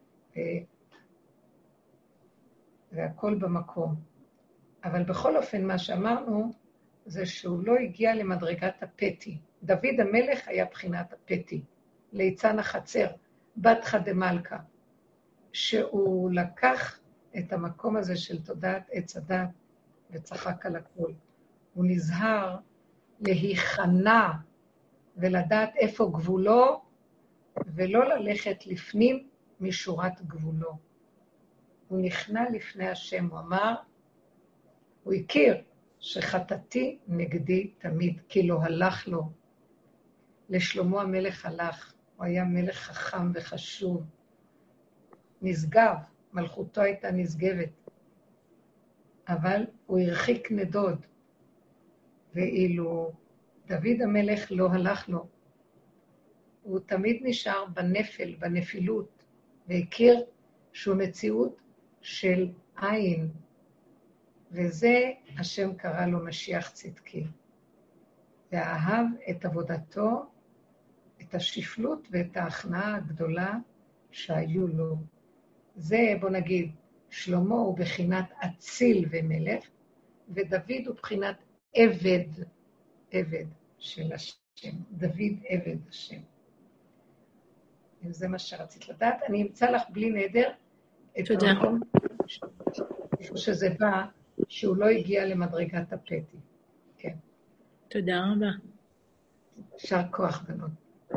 והכל במקום. אבל בכל אופן מה שאמרנו, זה שהוא לא הגיע למדרגת הפטי. דוד המלך היה בחינת הפטי, ליצן החצר, בת חדמלכה, שהוא לקח את המקום הזה של תודעת עץ הדת וצחק על הכל. הוא נזהר להיכנע ולדעת איפה גבולו, ולא ללכת לפנים משורת גבולו. הוא נכנע לפני השם, הוא אמר, הוא הכיר שחטאתי נגדי תמיד, כי לא הלך לו. לשלמה המלך הלך, הוא היה מלך חכם וחשוב, נשגב, מלכותו הייתה נשגבת, אבל הוא הרחיק נדוד, ואילו דוד המלך לא הלך לו, הוא תמיד נשאר בנפל, בנפילות, והכיר שהוא מציאות של עין, וזה השם קרא לו משיח צדקי. ואהב את עבודתו, את השפלות ואת ההכנעה הגדולה שהיו לו. זה, בוא נגיד, שלמה הוא בחינת אציל ומלך, ודוד הוא בחינת עבד, עבד של השם. דוד עבד השם. אם זה מה שרצית לדעת, אני אמצא לך בלי נדר את תודה. המקום שזה בא, שהוא לא הגיע למדרגת הפתי. כן. תודה רבה. שר כוח בנות.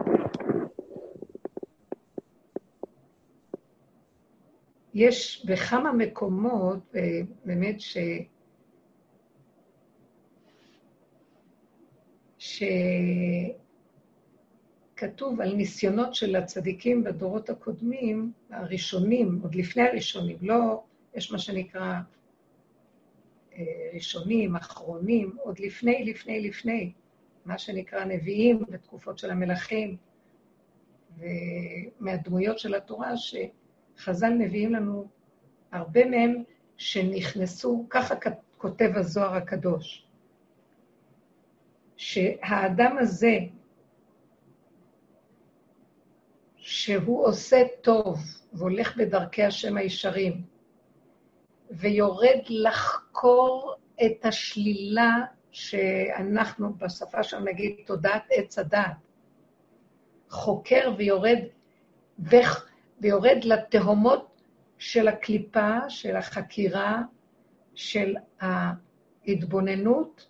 יש בכמה מקומות, באמת ש... שכתוב על ניסיונות של הצדיקים בדורות הקודמים, הראשונים, עוד לפני הראשונים, לא, יש מה שנקרא ראשונים, אחרונים, עוד לפני, לפני, לפני, מה שנקרא נביאים בתקופות של המלכים, ומהדמויות של התורה שחז"ל מביאים לנו הרבה מהם שנכנסו, ככה כותב הזוהר הקדוש, שהאדם הזה, שהוא עושה טוב והולך בדרכי השם הישרים, ויורד לחקור את השלילה שאנחנו בשפה שם נגיד תודעת עץ הדעת, חוקר ויורד, ויורד לתהומות של הקליפה, של החקירה, של ההתבוננות,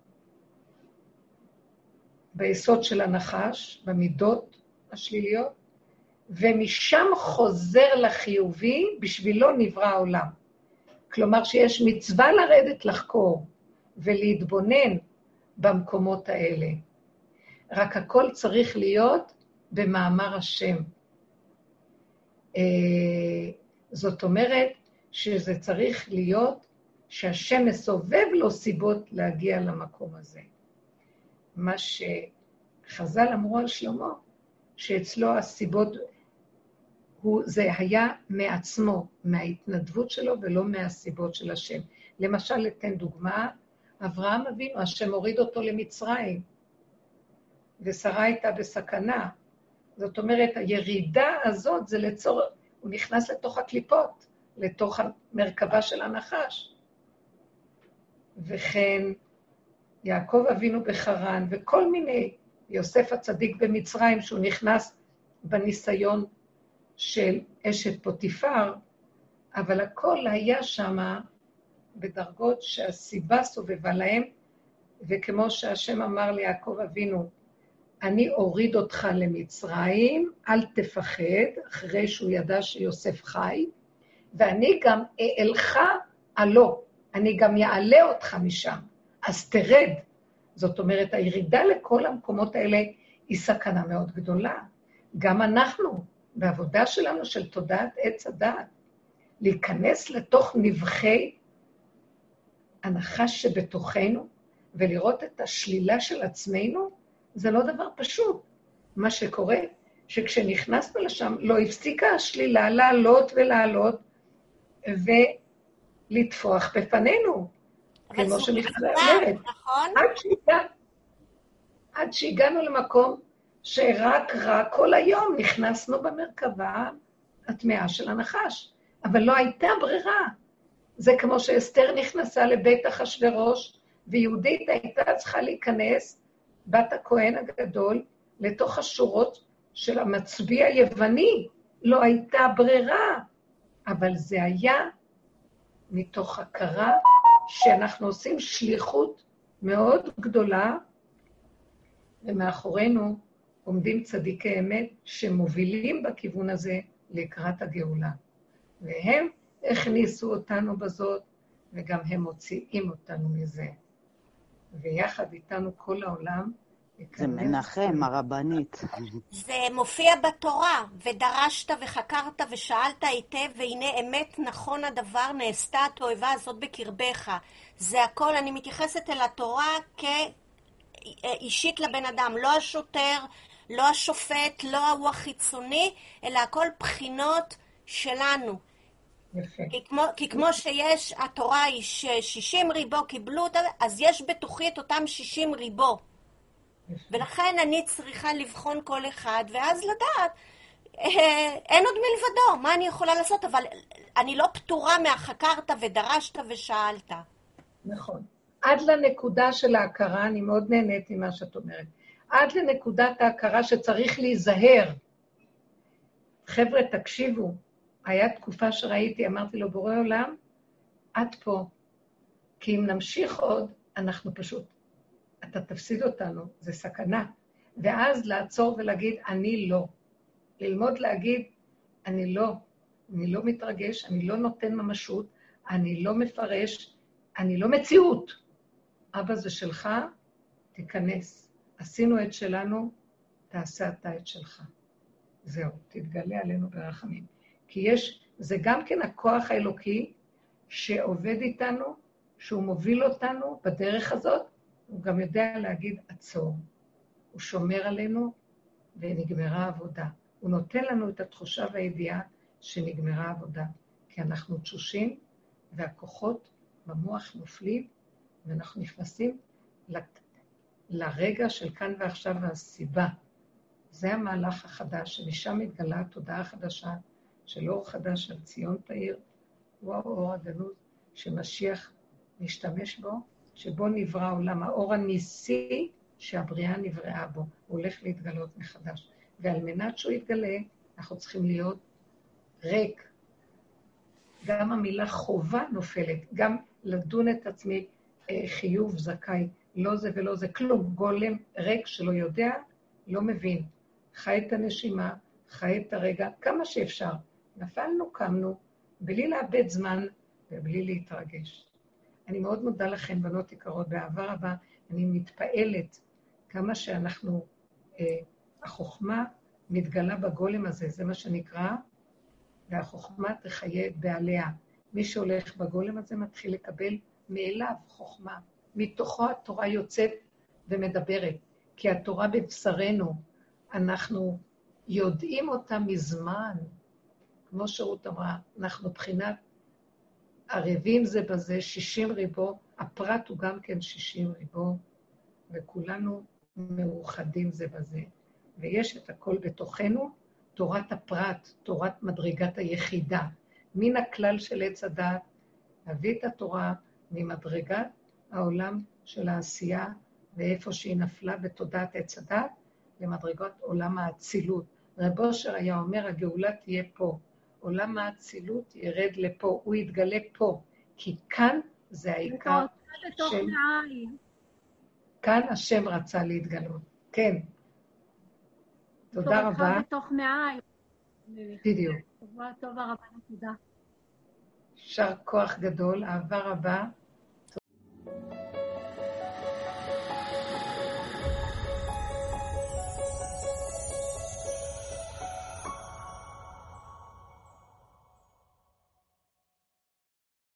ביסוד של הנחש, במידות השליליות, ומשם חוזר לחיובי, בשבילו נברא העולם. כלומר שיש מצווה לרדת לחקור ולהתבונן במקומות האלה. רק הכל צריך להיות במאמר השם. זאת אומרת שזה צריך להיות שהשם מסובב לו סיבות להגיע למקום הזה. מה שחז"ל אמרו על שלמה, שאצלו הסיבות, הוא, זה היה מעצמו, מההתנדבות שלו ולא מהסיבות של השם. למשל, אתן דוגמה, אברהם אבינו, השם הוריד אותו למצרים, ושרה הייתה בסכנה. זאת אומרת, הירידה הזאת זה לצורך, הוא נכנס לתוך הקליפות, לתוך המרכבה של הנחש. וכן, יעקב אבינו בחרן, וכל מיני, יוסף הצדיק במצרים, שהוא נכנס בניסיון של אשת פוטיפר, אבל הכל היה שם בדרגות שהסיבה סובבה להם, וכמו שהשם אמר ליעקב אבינו, אני אוריד אותך למצרים, אל תפחד, אחרי שהוא ידע שיוסף חי, ואני גם אעלך עלו, אני גם יעלה אותך משם, אז תרד. זאת אומרת, הירידה לכל המקומות האלה היא סכנה מאוד גדולה. גם אנחנו, בעבודה שלנו של תודעת עץ הדעת, להיכנס לתוך נבחי הנחש שבתוכנו, ולראות את השלילה של עצמנו, זה לא דבר פשוט. מה שקורה, שכשנכנסנו לשם, לא הפסיקה השלילה לעלות ולעלות, ולטפוח בפנינו. כמו שמיכל אומרת. נכון? עד, שהגע, עד שהגענו למקום שרק רע כל היום נכנסנו במרכבה הטמאה של הנחש. אבל לא הייתה ברירה. זה כמו שאסתר נכנסה לבית אחשוורוש, ויהודית הייתה צריכה להיכנס, בת הכהן הגדול, לתוך השורות של המצביא היווני. לא הייתה ברירה. אבל זה היה מתוך הכרה שאנחנו עושים שליחות מאוד גדולה ומאחורינו עומדים צדיקי אמת שמובילים בכיוון הזה לקראת הגאולה. והם הכניסו אותנו בזאת, וגם הם מוציאים אותנו מזה. ויחד איתנו כל העולם, זה מנחם, הרבנית. זה מופיע בתורה, ודרשת וחקרת ושאלת היטב, והנה אמת נכון הדבר, נעשתה התועבה הזאת בקרבך. זה הכל, אני מתייחסת אל התורה כאישית לבן אדם, לא השוטר, לא השופט, לא ההוא החיצוני, אלא הכל בחינות שלנו. יפה. כי כמו, כי כמו שיש, התורה היא ש-שישים ריבו קיבלו אותה, אז יש בתוכי את אותם שישים ריבו. ולכן אני צריכה לבחון כל אחד, ואז לדעת, אה, אין עוד מלבדו, מה אני יכולה לעשות? אבל אני לא פטורה מהחקרת ודרשת ושאלת. נכון. עד לנקודה של ההכרה, אני מאוד נהנית ממה שאת אומרת, עד לנקודת ההכרה שצריך להיזהר. חבר'ה, תקשיבו, היה תקופה שראיתי, אמרתי לו, בורא עולם, את פה, כי אם נמשיך עוד, אנחנו פשוט, אתה תפסיד אותנו, זה סכנה. ואז לעצור ולהגיד, אני לא. ללמוד להגיד, אני לא, אני לא מתרגש, אני לא נותן ממשות, אני לא מפרש, אני לא מציאות. אבא זה שלך, תיכנס. עשינו את שלנו, תעשה אתה את שלך. זהו, תתגלה עלינו ברחמים. כי יש, זה גם כן הכוח האלוקי שעובד איתנו, שהוא מוביל אותנו בדרך הזאת, הוא גם יודע להגיד עצור. הוא שומר עלינו ונגמרה העבודה. הוא נותן לנו את התחושה והידיעה שנגמרה העבודה. כי אנחנו תשושים והכוחות במוח נופלים, ואנחנו נכנסים לרגע של כאן ועכשיו והסיבה. זה המהלך החדש, שמשם מתגלה התודעה החדשה, של אור חדש של ציון תאיר, הוא האור הגנוז שמשיח משתמש בו, שבו נברא העולם, האור הניסי שהבריאה נבראה בו, הוא הולך להתגלות מחדש. ועל מנת שהוא יתגלה, אנחנו צריכים להיות ריק. גם המילה חובה נופלת, גם לדון את עצמי אה, חיוב זכאי, לא זה ולא זה, כלום, גולם ריק שלא יודע, לא מבין. חי את הנשימה, חי את הרגע, כמה שאפשר. נפלנו, קמנו, בלי לאבד זמן ובלי להתרגש. אני מאוד מודה לכם, בנות יקרות, באהבה רבה, אני מתפעלת כמה שאנחנו, אה, החוכמה מתגלה בגולם הזה, זה מה שנקרא, והחוכמה תחיה את בעליה. מי שהולך בגולם הזה מתחיל לקבל מאליו חוכמה. מתוכו התורה יוצאת ומדברת, כי התורה בבשרנו, אנחנו יודעים אותה מזמן, כמו שרות אמרה, אנחנו בחינת ערבים זה בזה, שישים ריבו, הפרט הוא גם כן שישים ריבו, וכולנו מאוחדים זה בזה. ויש את הכל בתוכנו, תורת הפרט, תורת מדרגת היחידה. מן הכלל של עץ הדעת, להביא את התורה ממדרגת העולם של העשייה, ואיפה שהיא נפלה בתודעת עץ הדעת, למדרגות עולם האצילות. רב אושר היה אומר, הגאולה תהיה פה. עולם האצילות ירד לפה, הוא יתגלה פה, כי כאן זה העיקר של... כאן השם רצה להתגלות. כן. תודה רבה. תורתך בתוך מעיים. בדיוק. טובה, טובה רבה, תודה. שר כוח גדול, אהבה רבה.